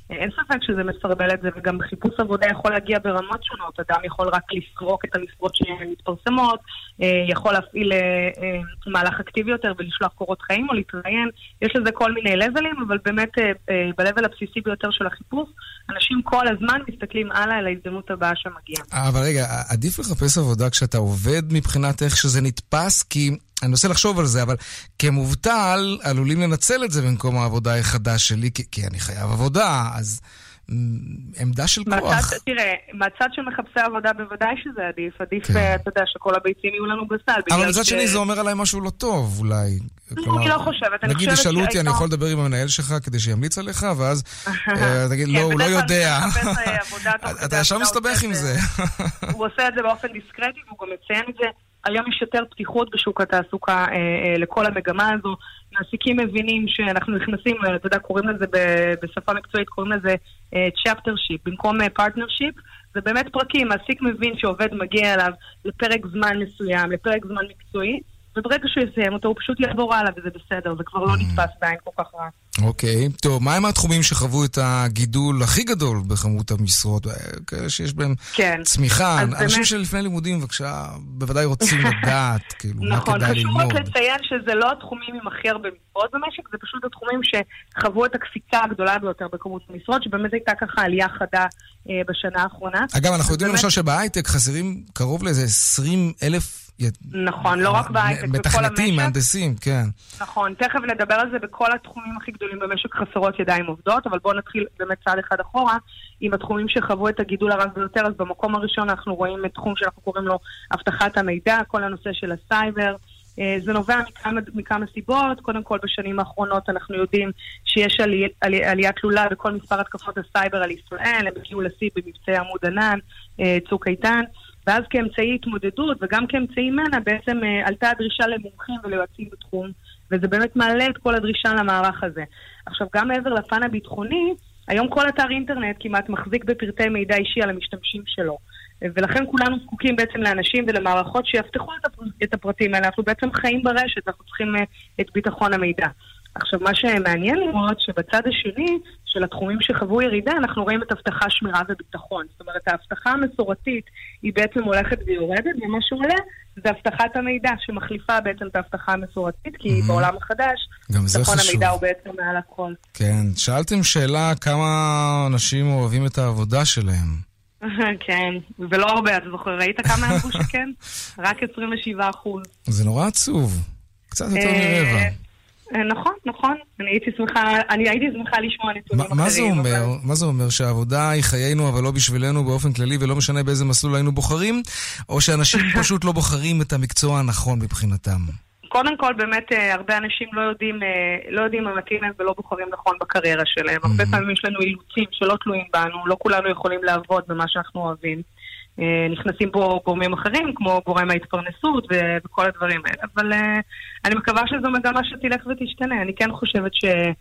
אין ספק שזה מסרבל את זה, וגם בחיפוש עבודה יכול להגיע ברמות שונות. אדם יכול רק לסרוק את המשרות שמתפרסמות, יכול להפעיל מהלך אקטיבי יותר ולשלוח קורות חיים או להתראיין. יש לזה כל מיני לבלים, אבל באמת בלבל הבסיסי ביותר של החיפוש, אנשים כל הזמן מסתכלים הלאה על ההזדמנות הבאה שמגיעה.
אבל רגע, עדיף לחפש עבודה כשאתה עובד מבחינת איך שזה נתפס, כי אני מנסה לחשוב על זה, אבל כמובטל עלולים לנצל את זה במקום העבודה החדש שלי, כי אני חייב עבודה, אז עמדה של כוח.
תראה, מהצד של מחפשי עבודה בוודאי שזה עדיף. עדיף, אתה יודע, שכל הביצים יהיו לנו בסל.
אבל מצד שני זה אומר עליי משהו לא טוב, אולי.
אני לא חושבת.
נגיד, ישאלו אותי, אני יכול לדבר עם המנהל שלך כדי שימליץ עליך, ואז תגיד, לא, הוא לא יודע. אתה ישר מסתבך עם זה.
הוא עושה את זה באופן דיסקרטי, והוא גם מציין את זה. היום יש יותר פתיחות בשוק התעסוקה לכל המגמה הזו. מעסיקים מבינים שאנחנו נכנסים, אתה יודע, קוראים לזה בשפה מקצועית, קוראים לזה chaptership, במקום partnership. זה באמת פרקים, מעסיק מבין שעובד מגיע אליו לפרק זמן מסוים, לפרק זמן מקצועי, וברגע שהוא יסיים אותו, הוא פשוט יעבור הלאה, וזה בסדר, זה כבר לא נתפס בעין כל כך רע.
אוקיי, טוב, מה הם התחומים שחוו את הגידול הכי גדול בכמות המשרות, כאלה שיש בהם צמיחה? אנשים שלפני לימודים, בבקשה, בוודאי רוצים לדעת, כאילו, מה כדאי ללמוד.
נכון, חשוב רק לציין שזה לא התחומים עם הכי הרבה משרות במשק, זה פשוט התחומים שחוו את הקפיצה הגדולה ביותר בכמות המשרות, שבאמת הייתה ככה עלייה חדה בשנה האחרונה.
אגב, אנחנו יודעים למשל שבהייטק חסרים קרוב לאיזה 20,000
נכון, לא רק בהייטק, בכל המשק.
מתכנתים, מהנדסים, כן.
נכון, תכף נדבר על זה, בכל התחומים הכי גדולים במשק חסרות ידיים עובדות, אבל בואו נתחיל באמת צעד אחד אחורה, עם התחומים שחוו את הגידול הרב ביותר, אז במקום הראשון אנחנו רואים את תחום שאנחנו קוראים לו הבטחת המידע, כל הנושא של הסייבר. זה נובע מכמה סיבות. קודם כל, בשנים האחרונות אנחנו יודעים שיש עלייה תלולה בכל מספר התקפות הסייבר על ישראל, הם הגיעו לשיא במבצעי עמוד ענן, צוק איתן, ואז כאמצעי התמודדות וגם כאמצעי מנע בעצם עלתה הדרישה למומחים וליועצים בתחום, וזה באמת מעלה את כל הדרישה למערך הזה. עכשיו, גם מעבר לפן הביטחוני, היום כל אתר אינטרנט כמעט מחזיק בפרטי מידע אישי על המשתמשים שלו. ולכן כולנו זקוקים בעצם לאנשים ולמערכות שיפתחו את הפרטים האלה. אנחנו בעצם חיים ברשת, אנחנו צריכים את ביטחון המידע. עכשיו, מה שמעניין לראות שבצד השני של התחומים שחוו ירידה, אנחנו רואים את הבטחה, שמירה וביטחון. זאת אומרת, ההבטחה המסורתית היא בעצם הולכת ויורדת, ומה שעולה זה הבטחת המידע, שמחליפה בעצם את ההבטחה המסורתית, כי בעולם החדש, ביטחון המידע הוא בעצם מעל הכל.
כן, שאלתם שאלה כמה אנשים אוהבים את העבודה שלהם.
כן, ולא הרבה, אתה זוכר, ראית כמה אמרו שכן? רק 27%.
זה נורא עצוב, קצת יותר מרבע.
נכון, אני הייתי שמחה לשמוע נתונים אחרים.
מה זה אומר? שהעבודה היא חיינו, אבל לא בשבילנו באופן כללי, ולא משנה באיזה מסלול היינו בוחרים, או שאנשים פשוט לא בוחרים את המקצוע הנכון מבחינתם?
קודם כל, באמת, הרבה אנשים לא יודעים מה מתאים להם ולא בוחרים נכון בקריירה שלהם. הרבה פעמים יש לנו אילוצים שלא תלויים בנו, לא כולנו יכולים לעבוד במה שאנחנו אוהבים. נכנסים פה גורמים אחרים, כמו גורם ההתפרנסות וכל הדברים האלה. אבל אני מקווה שזו מגמה שתלך ותשתנה. אני כן חושבת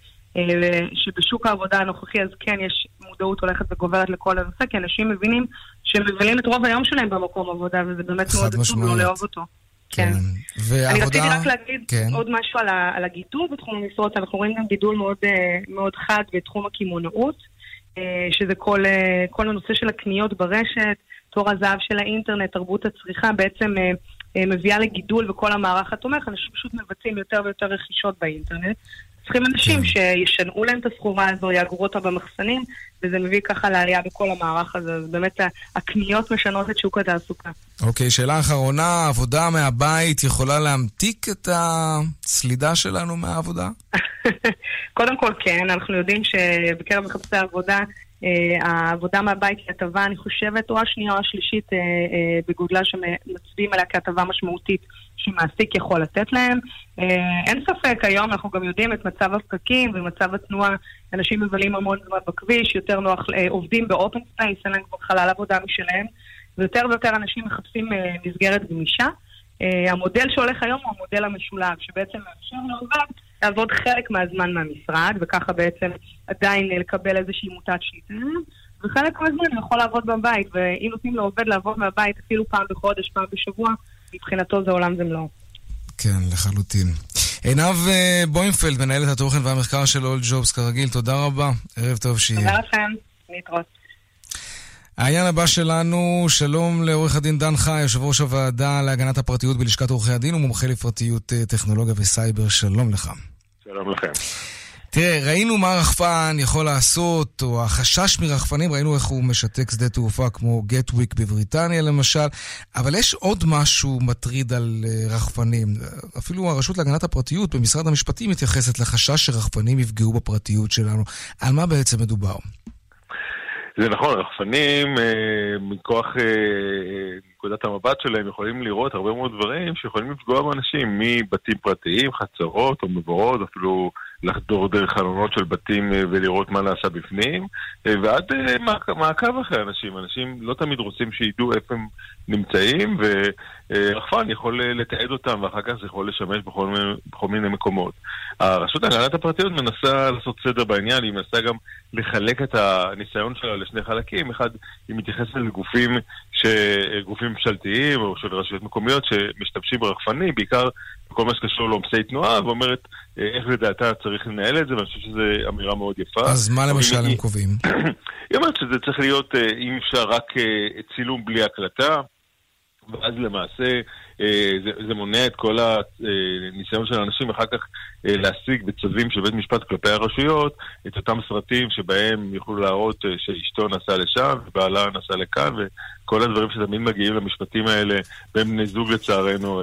שבשוק העבודה הנוכחי אז כן יש מודעות הולכת וגוברת לכל הנושא, כי אנשים מבינים שהם מבלים את רוב היום שלהם במקום עבודה, וזה באמת מאוד עצוב לא לאהוב אותו. כן. אני רציתי רק להגיד עוד משהו על הגידול בתחום המשרות. אנחנו רואים גם גידול מאוד חד בתחום הכימונאות, שזה כל הנושא של הקניות ברשת, תור הזהב של האינטרנט, תרבות הצריכה, בעצם מביאה לגידול וכל המערך התומך. אנשים פשוט מבצעים יותר ויותר רכישות באינטרנט. צריכים אנשים שישנעו להם את הסחורה הזו, יאגרו אותה במחסנים, וזה מביא ככה לעלייה בכל המערך הזה. אז באמת הקניות משנות את שוק התעסוקה.
אוקיי, שאלה אחרונה, עבודה מהבית יכולה להמתיק את הסלידה שלנו מהעבודה?
קודם כל כן, אנחנו יודעים שבקרב מחפשי העבודה, העבודה מהבית כהטבה, אני חושבת, או השנייה או השלישית בגודלה שמצביעים עליה כהטבה משמעותית שמעסיק יכול לתת להם. אין ספק, היום אנחנו גם יודעים את מצב הפקקים ומצב התנועה, אנשים מבלים המון זמן בכביש, יותר נוח, עובדים באופן ספייס, אין להם כבר חלל עבודה משלהם, ויותר ויותר אנשים מחפשים מסגרת גמישה. המודל שהולך היום הוא המודל המשולב, שבעצם מאפשר לעובד לעבוד חלק מהזמן מהמשרד, וככה בעצם עדיין לקבל איזושהי מוטת שליטה, וחלק מהזמן הוא יכול לעבוד בבית, ואם נותנים לעובד לעבוד מהבית אפילו פעם בחודש, פעם בשבוע, מבחינתו זה עולם ומלואו.
כן, לחלוטין. עינב בוימפלד, מנהלת התוכן והמחקר של All Jobs, כרגיל, תודה רבה, ערב טוב שיהיה.
תודה לכם, להתראות.
העניין הבא שלנו, שלום לעורך הדין דן חי, יושב ראש הוועדה להגנת הפרטיות בלשכת עורכי הדין ומומחה לפרטיות, טכנולוגיה וסייבר, שלום לך.
שלום לכם.
תראה, ראינו מה רחפן יכול לעשות, או החשש מרחפנים, ראינו איך הוא משתק שדה תעופה כמו גטוויק בבריטניה למשל, אבל יש עוד משהו מטריד על רחפנים. אפילו הרשות להגנת הפרטיות במשרד המשפטים מתייחסת לחשש שרחפנים יפגעו בפרטיות שלנו. על מה בעצם מדובר?
זה נכון, רחפנים מכוח נקודת המבט שלהם יכולים לראות הרבה מאוד דברים שיכולים לפגוע באנשים, מבתים פרטיים, חצרות או מבורות, אפילו לחדור דרך חלונות של בתים ולראות מה נעשה בפנים, ועד מעקב אחרי אנשים. אנשים לא תמיד רוצים שידעו איפה הם נמצאים, ורחפן יכול לתעד אותם, ואחר כך זה יכול לשמש בכל מיני מקומות. הרשות להגנת הפרטיות מנסה לעשות סדר בעניין, היא מנסה גם לחלק את הניסיון שלה לשני חלקים. אחד, היא מתייחסת לגופים ממשלתיים או של רשויות מקומיות שמשתמשים ברחפנים, בעיקר בכל מה שקשור לעומסי תנועה, ואומרת איך לדעתה צריך לנהל את זה, ואני חושב שזו אמירה מאוד יפה.
אז מה למשל הם קובעים?
היא אומרת שזה צריך להיות, אם אפשר, רק צילום בלי הקלטה, ואז למעשה זה מונע את כל הניסיון של האנשים אחר כך להשיג בצווים של בית משפט כלפי הרשויות את אותם סרטים שבהם יוכלו להראות שאשתו נסע לשם ובעלה נסע לכאן, וכל הדברים שתמיד מגיעים למשפטים האלה בין בני זוג לצערנו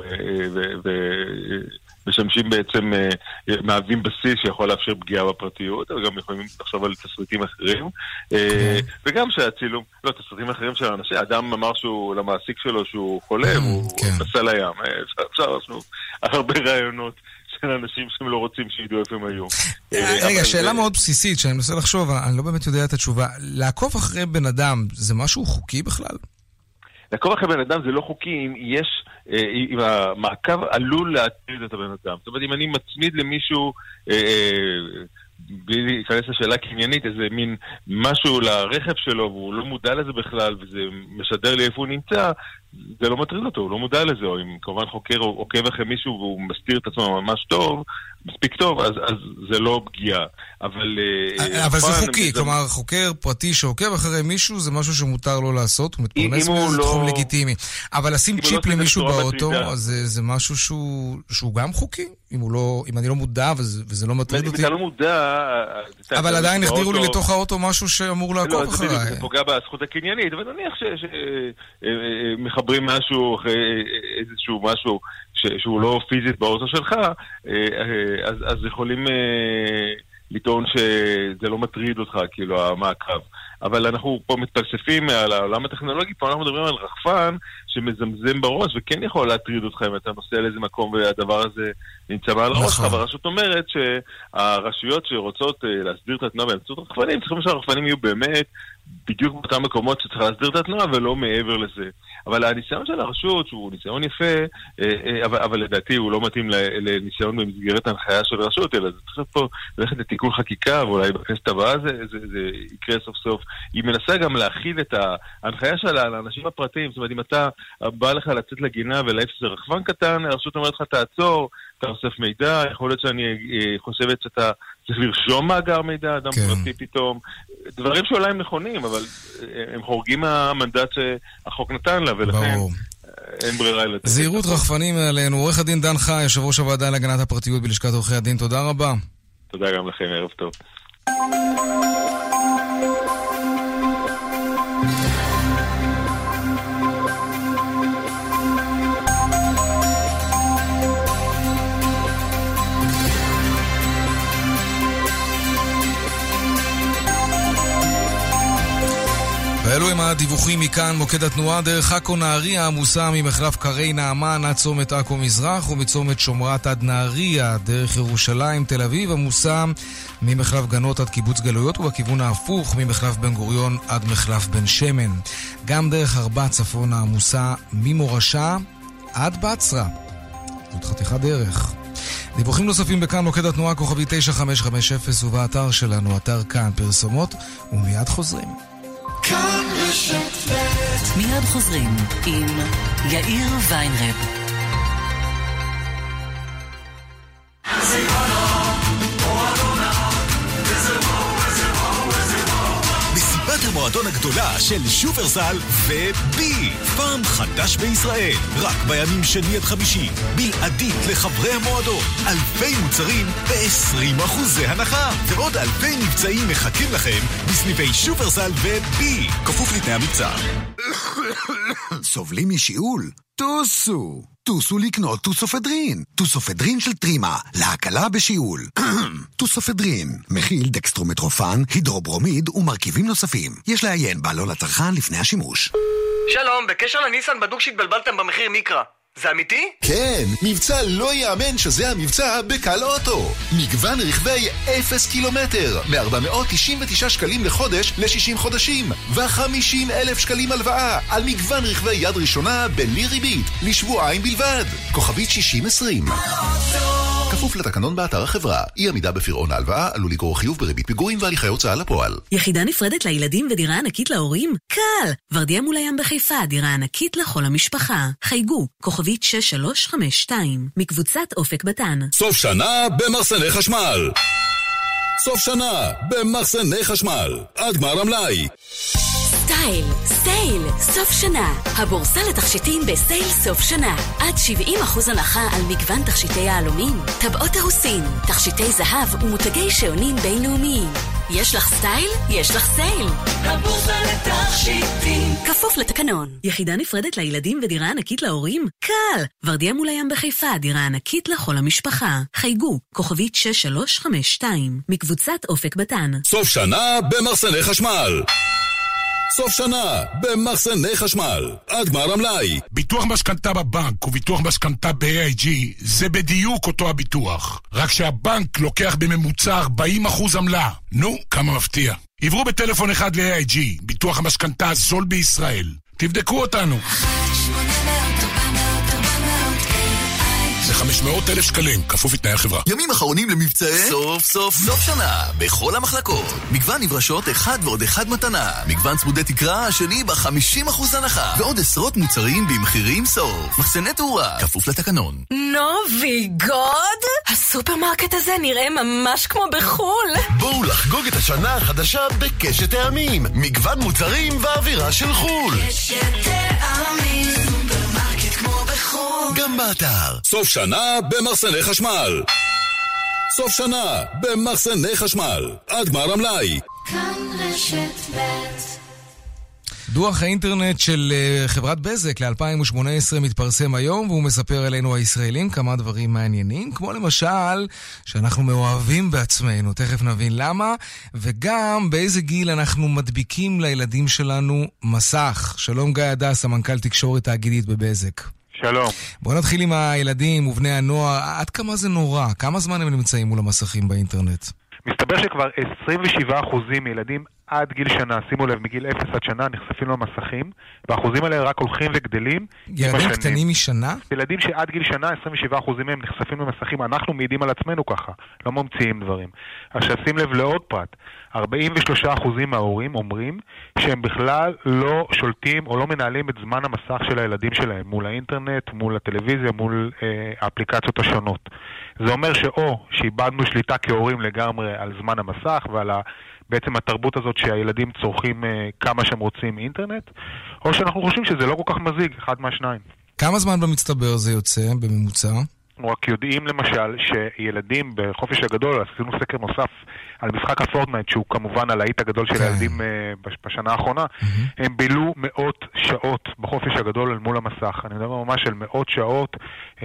משמשים בעצם, מהווים בסיס שיכול לאפשר פגיעה בפרטיות, אבל גם יכולים לחשוב על תסריטים אחרים, וגם שהצילום, לא, תסריטים אחרים של האנשים, האדם אמר שהוא למעסיק שלו שהוא חולה, והוא נסע לים, אפשר לעשות הרבה רעיונות של אנשים שהם לא רוצים שידעו איפה הם היו.
רגע, שאלה מאוד בסיסית, שאני מנסה לחשוב, אני לא באמת יודע את התשובה, לעקוב אחרי בן אדם, זה משהו חוקי בכלל?
לעקוב אחרי בן אדם זה לא חוקי אם המעקב עלול להטריד את הבן אדם. זאת אומרת, אם אני מצמיד למישהו, בלי להיכנס לשאלה קניינית, איזה מין משהו לרכב שלו, והוא לא מודע לזה בכלל, וזה משדר לי איפה הוא נמצא, זה לא מטריד אותו, הוא לא מודע לזה, או אם כמובן חוקר או עוקב אחרי מישהו והוא מסתיר את עצמו ממש טוב, מספיק טוב, אז זה לא פגיעה. אבל
זה חוקי, כלומר חוקר פרטי שעוקב אחרי מישהו זה משהו שמותר לו לעשות, הוא מתפרנס בזה, תחום לגיטימי. אבל לשים צ'יפ למישהו באוטו, זה משהו שהוא גם חוקי? אם אני לא מודע וזה לא מטריד אותי?
אם אתה לא מודע...
אבל עדיין החדירו לי לתוך האוטו משהו שאמור לעקוב אחריי.
זה פוגע בזכות הקניינית, אבל נניח שמחברים משהו, איזשהו משהו שהוא לא פיזית באוטו שלך, אז יכולים לטעון שזה לא מטריד אותך, כאילו, המעקב. אבל אנחנו פה מתפלספים על העולם הטכנולוגי, פה אנחנו מדברים על רחפן שמזמזם בראש, וכן יכול להטריד אותך אם אתה נוסע לאיזה מקום והדבר הזה נמצא מעל הראש, אבל הרשות אומרת שהרשויות שרוצות להסדיר את התנועה באמצעות רחפנים, צריכים שהרחפנים יהיו באמת בדיוק באותם מקומות שצריך להסדיר את התנועה ולא מעבר לזה. אבל הניסיון של הרשות, שהוא ניסיון יפה, אבל לדעתי הוא לא מתאים לניסיון במסגרת ההנחיה של הרשות, אלא זה צריך פה ללכת לתיקון חקיקה, ואולי בכנסת הבאה זה יקרה סוף סוף. היא מנסה גם להכיל את ההנחיה שלה לאנשים הפרטיים, זאת אומרת, אם אתה בא לך לצאת לגינה ולהיף שזה רחפן קטן, הרשות אומרת לך תעצור, אתה אוסף מידע, יכול להיות שאני חושבת שאתה צריך לרשום מאגר מידע, אדם פרטי פתאום, דברים שאולי הם נכונים, אבל הם חורגים מהמנדט שהחוק נתן לה, ולכן אין ברירה לתת.
זהירות רחפנים עלינו. עורך הדין דן חי, יושב ראש הוועדה להגנת הפרטיות בלשכת עורכי הדין, תודה רבה.
תודה גם לכם, ערב טוב.
ואלו הם הדיווחים מכאן, מוקד התנועה. דרך עכו נהריה עמוסה ממחלף קרי נעמן עד צומת עכו מזרח ומצומת שומרת עד נהריה. דרך ירושלים תל אביב עמוסה ממחלף גנות עד קיבוץ גלויות ובכיוון ההפוך ממחלף בן גוריון עד מחלף בן שמן. גם דרך ארבע צפונה עמוסה ממורשה עד בצרה. זאת חתיכת דרך. דיווחים נוספים בכאן, מוקד התנועה כוכבי 9550 ובאתר שלנו, אתר כאן, פרסומות, ומיד חוזרים.
מיד חוזרים עם יאיר ויינרב.
השבתון הגדולה של שופרסל ובי. פעם חדש בישראל, רק בימים שני עד חמישי. בלעדית לחברי המועדון. אלפי מוצרים ב-20% הנחה. ועוד אלפי מבצעים מחכים לכם בסניפי שופרסל ובי. כפוף לתנאי המבצע.
סובלים משיעול? טוסו לקנות טוסופדרין. טוסופדרין של טרימה, להקלה בשיעול. טוסופדרין, מכיל דקסטרומטרופן, הידרוברומיד ומרכיבים נוספים. יש לעיין בעלון לצרכן לפני השימוש.
שלום, בקשר לניסן בדוק שהתבלבלתם במחיר מיקרה. זה אמיתי?
כן, מבצע לא יאמן שזה המבצע בקל אוטו. מגוון רכבי 0 קילומטר, מ-499 שקלים לחודש ל-60 חודשים, ו50,000 שקלים הלוואה על מגוון רכבי יד ראשונה בלי ריבית, לשבועיים בלבד. כוכבית 6020. כפוף לתקנון באתר החברה. אי עמידה בפירעון ההלוואה עלול לגרור חיוב בריבית פיגורים והליכי הוצאה לפועל.
יחידה נפרדת לילדים ודירה ענקית להורים? קל! ורדיה מול הים בחיפה, דירה ענקית לכל המשפחה. חייגו, כוכבית 6352, מקבוצת אופק בתן.
סוף שנה במחסני חשמל. סוף שנה במחסני חשמל. עד גמר המלאי.
סטייל, סוף שנה. הבורסה לתכשיטים בסייל סוף שנה. עד 70% הנחה על מגוון תכשיטי העלומים, טבעות הרוסין, תכשיטי זהב ומותגי שעונים בינלאומיים. יש לך סטייל? יש לך סייל.
הבורסה לתכשיטים.
כפוף לתקנון. יחידה נפרדת לילדים ודירה ענקית להורים? קל! ורדיה מול הים בחיפה, דירה ענקית לכל המשפחה. חייגו, כוכבית 6352, מקבוצת אופק בתן.
סוף שנה במחסני חשמל. סוף שנה במחסני חשמל. עד גמר המלאי.
ביטוח משכנתה בבנק וביטוח משכנתה ב-AIG זה בדיוק אותו הביטוח. רק שהבנק לוקח בממוצע 40% עמלה. נו, כמה מפתיע. עברו בטלפון אחד ל-AIG, ביטוח המשכנתה הזול בישראל. תבדקו אותנו. זה 500,000 שקלים, כפוף לתנאי החברה.
ימים אחרונים למבצעי סוף שנה, בכל המחלקות. מגוון נברשות אחד ועוד אחד מתנה. מגוון צמודי תקרה, השני ב-50% הנחה. ועוד עשרות מוצרים במחירים סוף. מחסני תאורה, כפוף לתקנון.
נובי גוד? הסופרמרקט הזה נראה ממש כמו בחול.
בואו לחגוג את השנה החדשה בקשת טעמים. מגוון מוצרים ואווירה של חול.
קשת טעמים, סופרמרקט כמו בחול.
גם באתר.
סוף שנה במחסני חשמל. סוף שנה במחסני חשמל. עד גמר המלאי.
כאן רשת ב'.
דוח האינטרנט של חברת בזק ל-2018 מתפרסם היום, והוא מספר אלינו הישראלים כמה דברים מעניינים, כמו למשל שאנחנו מאוהבים בעצמנו, תכף נבין למה, וגם באיזה גיל אנחנו מדביקים לילדים שלנו מסך. שלום גיא הדס, המנכ"ל תקשורת תאגידית בבזק.
שלום.
בואו נתחיל עם הילדים ובני הנוער. עד כמה זה נורא? כמה זמן הם נמצאים מול המסכים באינטרנט?
מסתבר שכבר 27% מילדים עד גיל שנה, שימו לב, מגיל 0 עד שנה נחשפים למסכים, והאחוזים האלה רק הולכים וגדלים.
ילדים קטנים משנה?
ילדים שעד גיל שנה, 27% מהם נחשפים למסכים. אנחנו מעידים על עצמנו ככה, לא ממציאים דברים. עכשיו שים לב לעוד פרט, 43% מההורים אומרים שהם בכלל לא שולטים או לא מנהלים את זמן המסך של הילדים שלהם, מול האינטרנט, מול הטלוויזיה, מול האפליקציות השונות. זה אומר שאיבדנו שליטה כהורים לגמרי על זמן המסך ועל בעצם התרבות הזאת שהילדים צורכים כמה שהם רוצים אינטרנט, או שאנחנו חושבים שזה לא כל כך מזיג, אחד מהשניים.
כמה זמן במצטבר זה יוצא בממוצע?
אנחנו רק יודעים למשל שילדים בחופש הגדול, עשינו סקר נוסף על משחק הפורטנייט, שהוא כמובן הלהיט הגדול של הילדים בשנה האחרונה, הם בילו מאות שעות בחופש הגדול אל מול המסך. אני מדבר ממש על מאות שעות.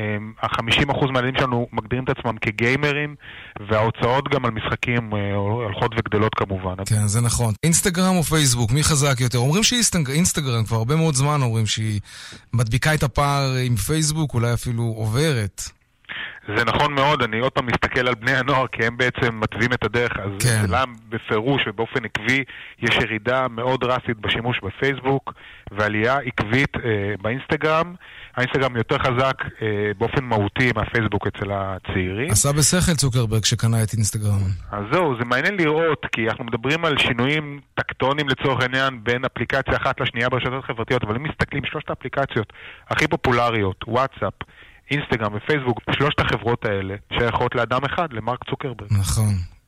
50% מהילדים שלנו מגדירים את עצמם כגיימרים, וההוצאות גם על משחקים הולכות וגדלות כמובן.
כן, זה נכון. אינסטגרם או פייסבוק, מי חזק יותר? אומרים שאינסטגרם כבר הרבה מאוד זמן אומרים שהיא מדביקה את הפער עם פייסבוק, אולי אפילו עוברת.
זה נכון מאוד, אני עוד פעם מסתכל על בני הנוער, כי הם בעצם מטווים את הדרך, אז כן. להם בפירוש ובאופן עקבי יש ירידה מאוד דרסטית בשימוש בפייסבוק, ועלייה עקבית באינסטגרם. האינסטגרם יותר חזק באופן מהותי מהפייסבוק אצל הצעירים.
עשה בשכל צוקרברג שקנה את אינסטגרם.
אז זהו, זה מעניין לראות, כי אנחנו מדברים על שינויים טקטונים לצורך העניין בין אפליקציה אחת לשנייה ברשתות חברתיות, אבל אם מסתכלים שלושת האפליקציות הכי פופולריות, וואטסאפ, אינסטגרם ופייסבוק, שלושת החברות האלה שייכות לאדם אחד, למרק צוקרברג.
נכון.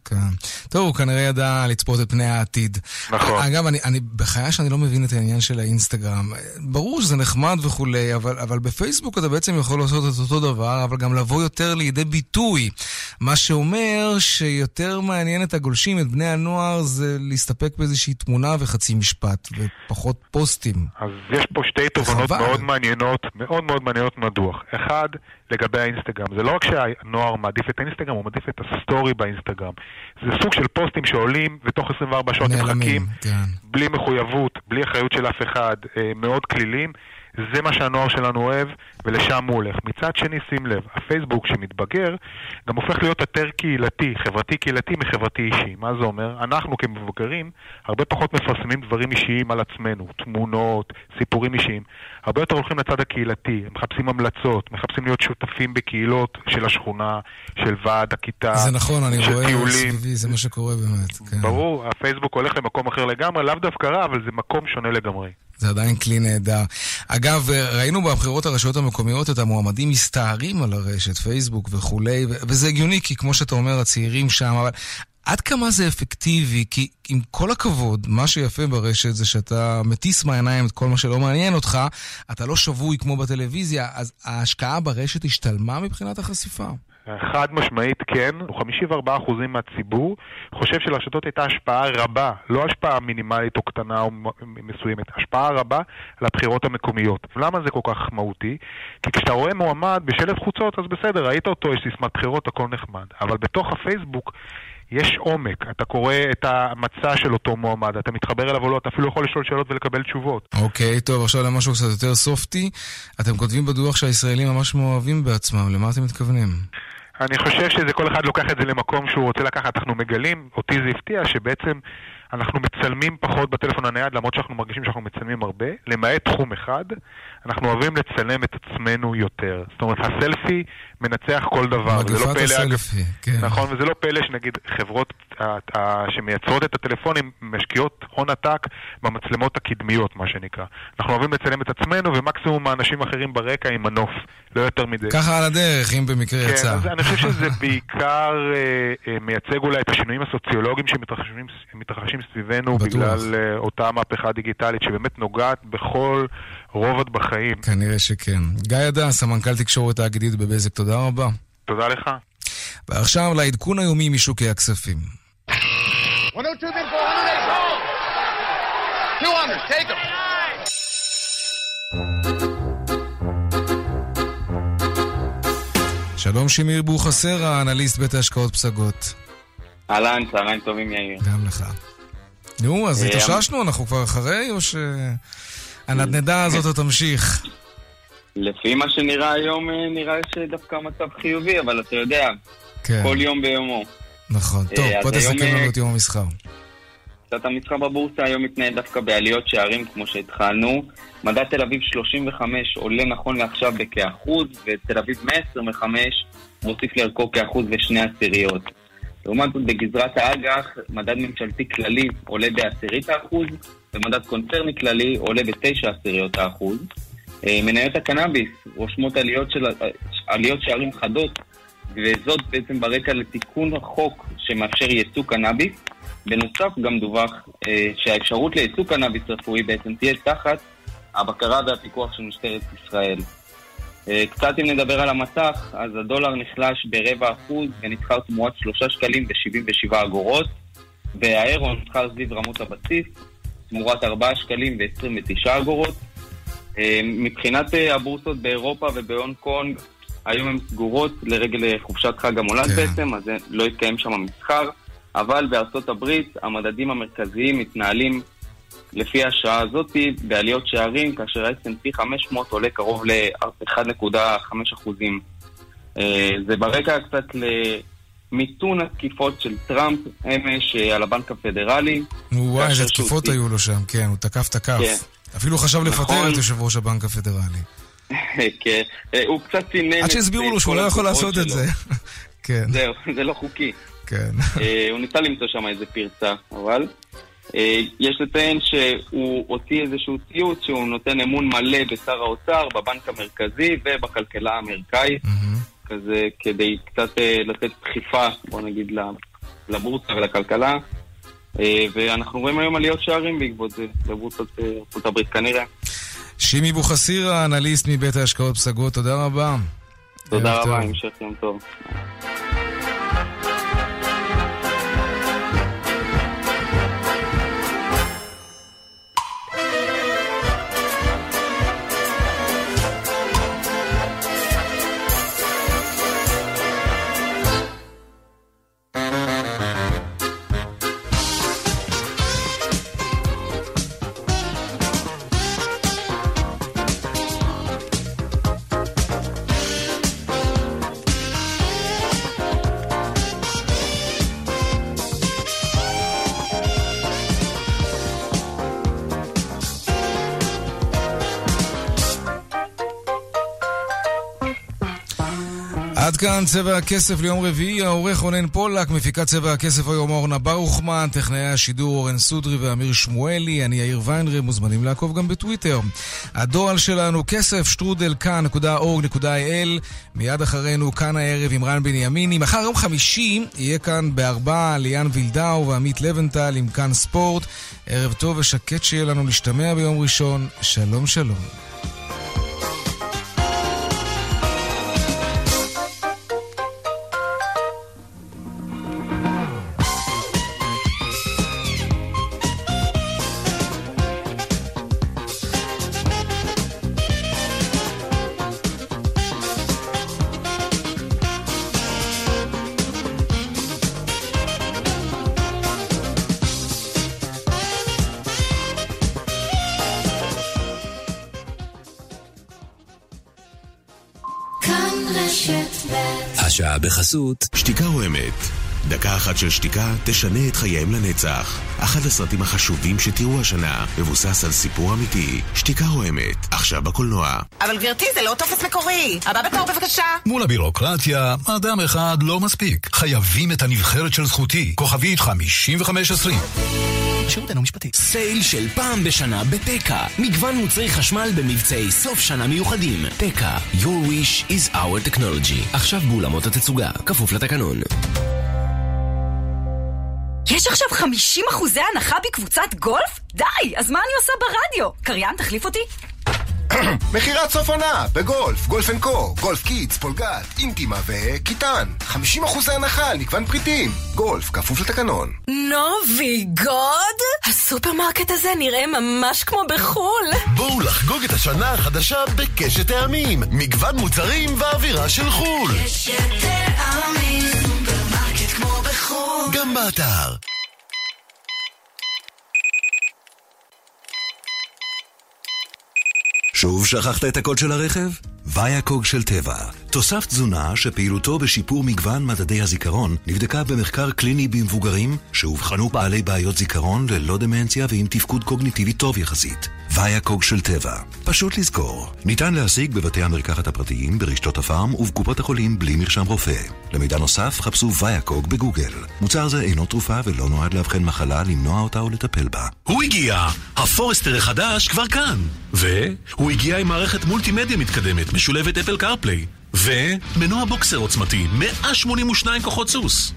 כן. טוב, הוא כנראה ידע לצפות את פני העתיד.
נכון.
אגב, אני בחייה שאני לא מבין את העניין של האינסטגרם. ברור שזה נחמד וכולי, אבל בפייסבוק אתה בעצם יכול לעשות את אותו דבר, אבל גם לבוא יותר לידי ביטוי. מה שאומר שיותר מעניין את הגולשים, את בני הנוער, זה להסתפק באיזושהי תמונה וחצי משפט, ופחות פוסטים.
אז יש פה שתי תובנות מאוד מעניינות, מאוד מאוד מעניינות מדוח. אחד, לגבי האינסטגרם. זה לא רק שהנוער מעדיף את האינסטגרם, הוא מעדיף את הסטורי באינסטגרם. זה סוג של פוסטים שעולים ותוך 24 שעות נמחקים, בלי מחויבות, בלי אחריות של אף אחד, מאוד כלילים. זה מה שהנוער שלנו אוהב, ולשם הוא הולך. מצד שני, שים לב, הפייסבוק שמתבגר, גם הופך להיות יותר קהילתי, חברתי קהילתי מחברתי אישי. מה זה אומר? אנחנו כמבוגרים, הרבה פחות מפרסמים דברים אישיים על עצמנו, תמונות, סיפורים אישיים. הרבה יותר הולכים לצד הקהילתי, מחפשים המלצות, מחפשים להיות שותפים בקהילות של השכונה, של ועד הכיתה,
זה נכון, אני רואה
טיולים.
סביבי, זה מה שקורה באמת. כן.
ברור, הפייסבוק הולך למקום אחר לגמרי, לאו דווקא רע, אבל זה מקום שונה לגמרי.
זה עדיין כלי נהדר. אגב, ראינו בבחירות הרשויות המקומיות את המועמדים מסתערים על הרשת, פייסבוק וכולי, וזה הגיוני, כי כמו שאתה אומר, הצעירים שם, אבל עד כמה זה אפקטיבי? כי עם כל הכבוד, מה שיפה ברשת זה שאתה מטיס מהעיניים את כל מה שלא מעניין אותך, אתה לא שבוי כמו בטלוויזיה, אז ההשקעה ברשת השתלמה מבחינת החשיפה?
חד משמעית כן, 54% מהציבור חושב שלרשתות הייתה השפעה רבה, לא השפעה מינימלית או קטנה או מסוימת, השפעה רבה על הבחירות המקומיות. למה זה כל כך מהותי? כי כשאתה רואה מועמד בשלט חוצות, אז בסדר, ראית אותו, יש סיסמת בחירות, הכל נחמד. אבל בתוך הפייסבוק יש עומק, אתה קורא את המצע של אותו מועמד, אתה מתחבר אליו או לא, אתה אפילו יכול לשאול שאלות ולקבל תשובות.
אוקיי, טוב, עכשיו למשהו קצת יותר סופטי, אתם כותבים בדוח שהישראלים ממש מאוהבים בעצמם, למה אתם מתכוונים?
אני חושב שזה כל אחד לוקח את זה למקום שהוא רוצה לקחת, אנחנו מגלים, אותי זה הפתיע שבעצם אנחנו מצלמים פחות בטלפון הנייד, למרות שאנחנו מרגישים שאנחנו מצלמים הרבה, למעט תחום אחד, אנחנו אוהבים לצלם את עצמנו יותר. זאת אומרת, הסלפי מנצח כל דבר.
מגפת הסלפי, כן.
נכון, וזה לא פלא שנגיד חברות שמייצרות את הטלפונים משקיעות הון עתק במצלמות הקדמיות, מה שנקרא. אנחנו אוהבים לצלם את עצמנו, ומקסימום האנשים האחרים ברקע עם מנוף, לא יותר מזה.
ככה על הדרך, אם במקרה יצא.
כן, אז אני חושב שזה בעיקר מייצג אולי את השינויים הסוציולוגיים שמתרחשים סביבנו, בגלל אותה מהפכה דיגיטלית שבאמת נוגעת בכל רובד בחיים.
כנראה שכן. גיא הדס, סמנכ"ל תקשורת האגדית בבזק, תודה רבה.
תודה לך.
ועכשיו לעדכון היומי משוקי הכספים.
102 bid for 100, 200, take them.
שלום שמיר בוחסר, האנליסט בית ההשקעות פסגות.
אהלן, צהריים טובים יאיר.
גם לך. נו, אז התאוששנו, אנחנו כבר אחרי, או שהנדנדה הזאת תמשיך?
לפי מה שנראה היום, נראה שדווקא המצב חיובי, אבל אתה יודע, כל יום ביומו.
נכון, טוב, בוא תסכם לנו את יום המסחר.
קצת המסחר בבורסה היום מתנהל דווקא בעליות שערים כמו שהתחלנו. מדד תל אביב 35 עולה נכון לעכשיו בכאחוז, ותל אביב 125 מוסיף לערכו כ1.2%. לעומת זאת בגזרת האג"ח, מדד ממשלתי כללי עולה ב0.1%, ומדד קונצרני כללי עולה ב0.9%. מניות הקנאביס רושמות עליות שערים חדות, וזאת בעצם ברקע לתיקון החוק שמאפשר ייצוא קנאביס. בנוסף גם דווח שהאפשרות לייצוא קנאביס רפואי בעצם תהיה תחת הבקרה והפיקוח של משטרת ישראל. קצת אם נדבר על המסך, אז הדולר נחלש ב0.25% ונתחר תמורת 3 שקלים ו77 אגורות, והאירו נתחר סביב רמות הבסיס תמורת 4 שקלים ו29 אגורות. מבחינת הבורסות באירופה ובהונג קונג, היום הן סגורות לרגל חופשת חג המולד בעצם, אז לא יתקיים שם המסחר, אבל בארצות הברית המדדים המרכזיים מתנהלים לפי השעה הזאת בעליות שערים, כאשר ה-S&P 500 עולה קרוב ל-1.5%. זה ברקע קצת למיתון התקיפות של טראמפ אמש על הבנק הפדרלי.
וואי, איזה תקיפות היו לו שם, כן, הוא תקף. אפילו חשב לפטר את יושב ראש הבנק הפדרלי.
כן, הוא קצת צינן.
עד שהסבירו לו שהוא לא יכול לעשות את זה.
זהו, זה לא חוקי. הוא ניסה למצוא שם איזה פרצה, אבל יש לציין שהוא הוציא איזשהו ציוץ שהוא נותן אמון מלא בשר האוצר, בבנק המרכזי ובכלכלה האמריקאית, כזה כדי קצת לתת דחיפה, בוא נגיד, לבורסה ולכלכלה, ואנחנו רואים היום עליות שערים בעקבות זה, לבורסת ארצות הברית כנראה.
שימי בוחסיר, האנליסט מבית ההשקעות פסגות, תודה רבה.
תודה רבה, המשך יום טוב.
עד כאן צבע הכסף ליום רביעי, העורך רונן פולק, מפיקת צבע הכסף היום אורנה ברוכמן, טכנאי השידור אורן סודרי ואמיר שמואלי, אני יאיר ויינרב, מוזמנים לעקוב גם בטוויטר. הדואל שלנו כסף@כאן.org.il, מיד אחרינו כאן הערב עם רן בנימיני. מחר יום חמישי יהיה כאן ב4 ליאן וילדאו ועמית לבנטל עם כאן ספורט. ערב טוב ושקט שיהיה לנו להשתמע ביום ראשון. שלום שלום.
השעה בחסות
שתיקה או אמת. דקה אחת של שתיקה תשנה את חייהם לנצח. אחד הסרטים החשובים שתראו השנה מבוסס על סיפור אמיתי. שתיקה או אמת, עכשיו בקולנוע.
אבל גברתי, זה לא טופס מקורי. הבא בתור בבקשה.
מול הבירוקרטיה, אדם אחד לא מספיק. חייבים את הנבחרת של זכותי. כוכבית 5520.
שירותנו משפטי. סייל של פעם בשנה בטקה. מגוון מוצרי חשמל במבצעי סוף שנה מיוחדים. טקה, your wish is our technology. עכשיו באולמות התצוגה, כפוף לתקנון.
יש עכשיו 50% הנחה בקבוצת גולף? די, אז מה אני עושה ברדיו? קריין, תחליף אותי?
מחירת סוף עונה בגולף, גולף אנד קו, גולף קידס, פולגת, אינטימה וקיטן. 50% הנחה על מגוון פריטים. גולף, כפוף לתקנון.
נובי גוד? הסופרמרקט הזה נראה ממש כמו בחול.
בואו לחגוג את השנה החדשה בקשת טעמים. מגוון מוצרים ואווירה של חול.
קשת טעמים, סופרמרקט כמו בחול.
גם באתר.
שוב שכחת את הקוד של הרכב? ויאקוג של טבע. תוסף תזונה שפעילותו בשיפור מגוון מדדי הזיכרון נבדקה במחקר קליני במבוגרים שהובחנו בעלי בעיות זיכרון ללא דמנציה ועם תפקוד קוגניטיבי טוב יחסית. ויאקוג של טבע. פשוט לזכור. ניתן להשיג בבתי המרקחת הפרטיים, ברשתות הפארם ובקופות החולים בלי מרשם רופא. למידע נוסף חפשו ויאקוג בגוגל. מוצר זה אינו תרופה ולא נועד לאבחן מחלה, למנוע אותה או לטפל בה.
הוא הגיע! הפורסטר החדש כבר כאן! והוא הגיע עם מערכת מולטימדיה מתקדמת, משולבת אפל קארפליי. ומנוע בוקסר עוצמתי, 182 כוחות סוס.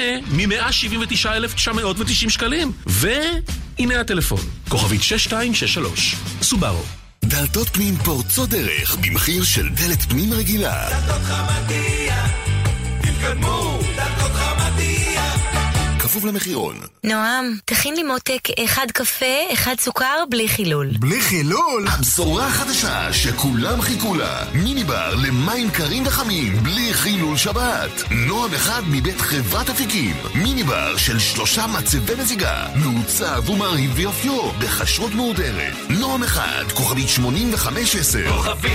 ומ-179,990 שקלים. והנה הטלפון, כוכבית 6263. סובארו.
דלתות פנים פורצות דרך במחיר של דלת פנים רגילה.
דלתות חמדיה, תתקדמו, דלתות חמדיה.
כפוף למחירון.
נועם, תכין לי מותק 1 קפה, 1 סוכר, בלי חילול.
בלי חילול? הבשורה החדשה שכולם חיכו לה. מיני בר למים קרים וחמים, בלי חילול שבת. נועם אחד מבית חברת אפיקים. מיני בר של 3 מצבי מזיגה. מעוצב ומרהיב ויופיו, בחשרות מהודרת. נועם אחד, כוכבית 8510.
כוכבית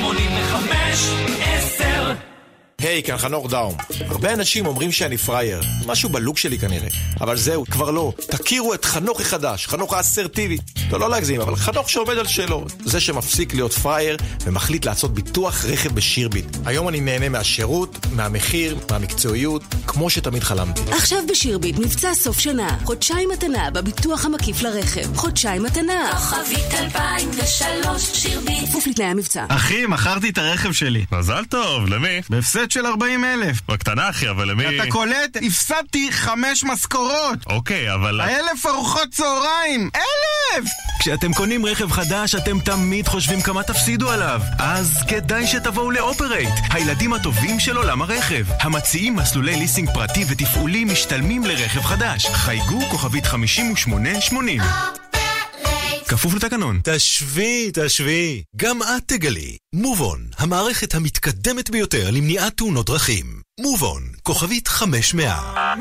8510.
היי, כאן חנוך דאום. הרבה אנשים אומרים שאני פרייר, משהו בלוק שלי כנראה, אבל זהו, כבר לא. תכירו את חנוך החדש, חנוך האסרטיבי. לא להגזים, אבל חנוך שעומד על שלו. זה שמפסיק להיות פרייר ומחליט לעשות ביטוח רכב בשירביט. היום אני נהנה מהשירות, מהמחיר, מהמקצועיות, כמו שתמיד חלמתי.
עכשיו בשירביט מבצע סוף שנה. חודשיים מתנה בביטוח המקיף לרכב. חודשיים מתנה.
כוכבית 2003 שירביט.
כפוף לתנאי המבצע.
אחי, מכרתי את הרכב שלי. מזל טוב, למי? בהפסד
משכורת של 40,000.
בקטנה אחי, אבל למי...
אתה קולט? הפסדתי 5 משכורות.
אוקיי, אבל...
1,000 ארוחות צהריים! 1,000!
כשאתם קונים רכב חדש, אתם תמיד חושבים כמה תפסידו עליו. אז כדאי שתבואו לאופרייט, הילדים הטובים של עולם הרכב. המציעים מסלולי ליסינג פרטי ותפעולי משתלמים לרכב חדש. חייגו כוכבית 5880. כפוף לתקנון.
תשווי. גם את תגלי. מובון, המערכת המתקדמת ביותר למניעת תאונות דרכים. מובון, כוכבית 500.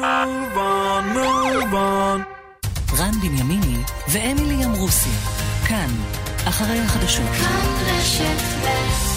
מובון. רן בנימיני ואמילי אמרוסי. כאן, אחרי החדשות. כאן רשת ב'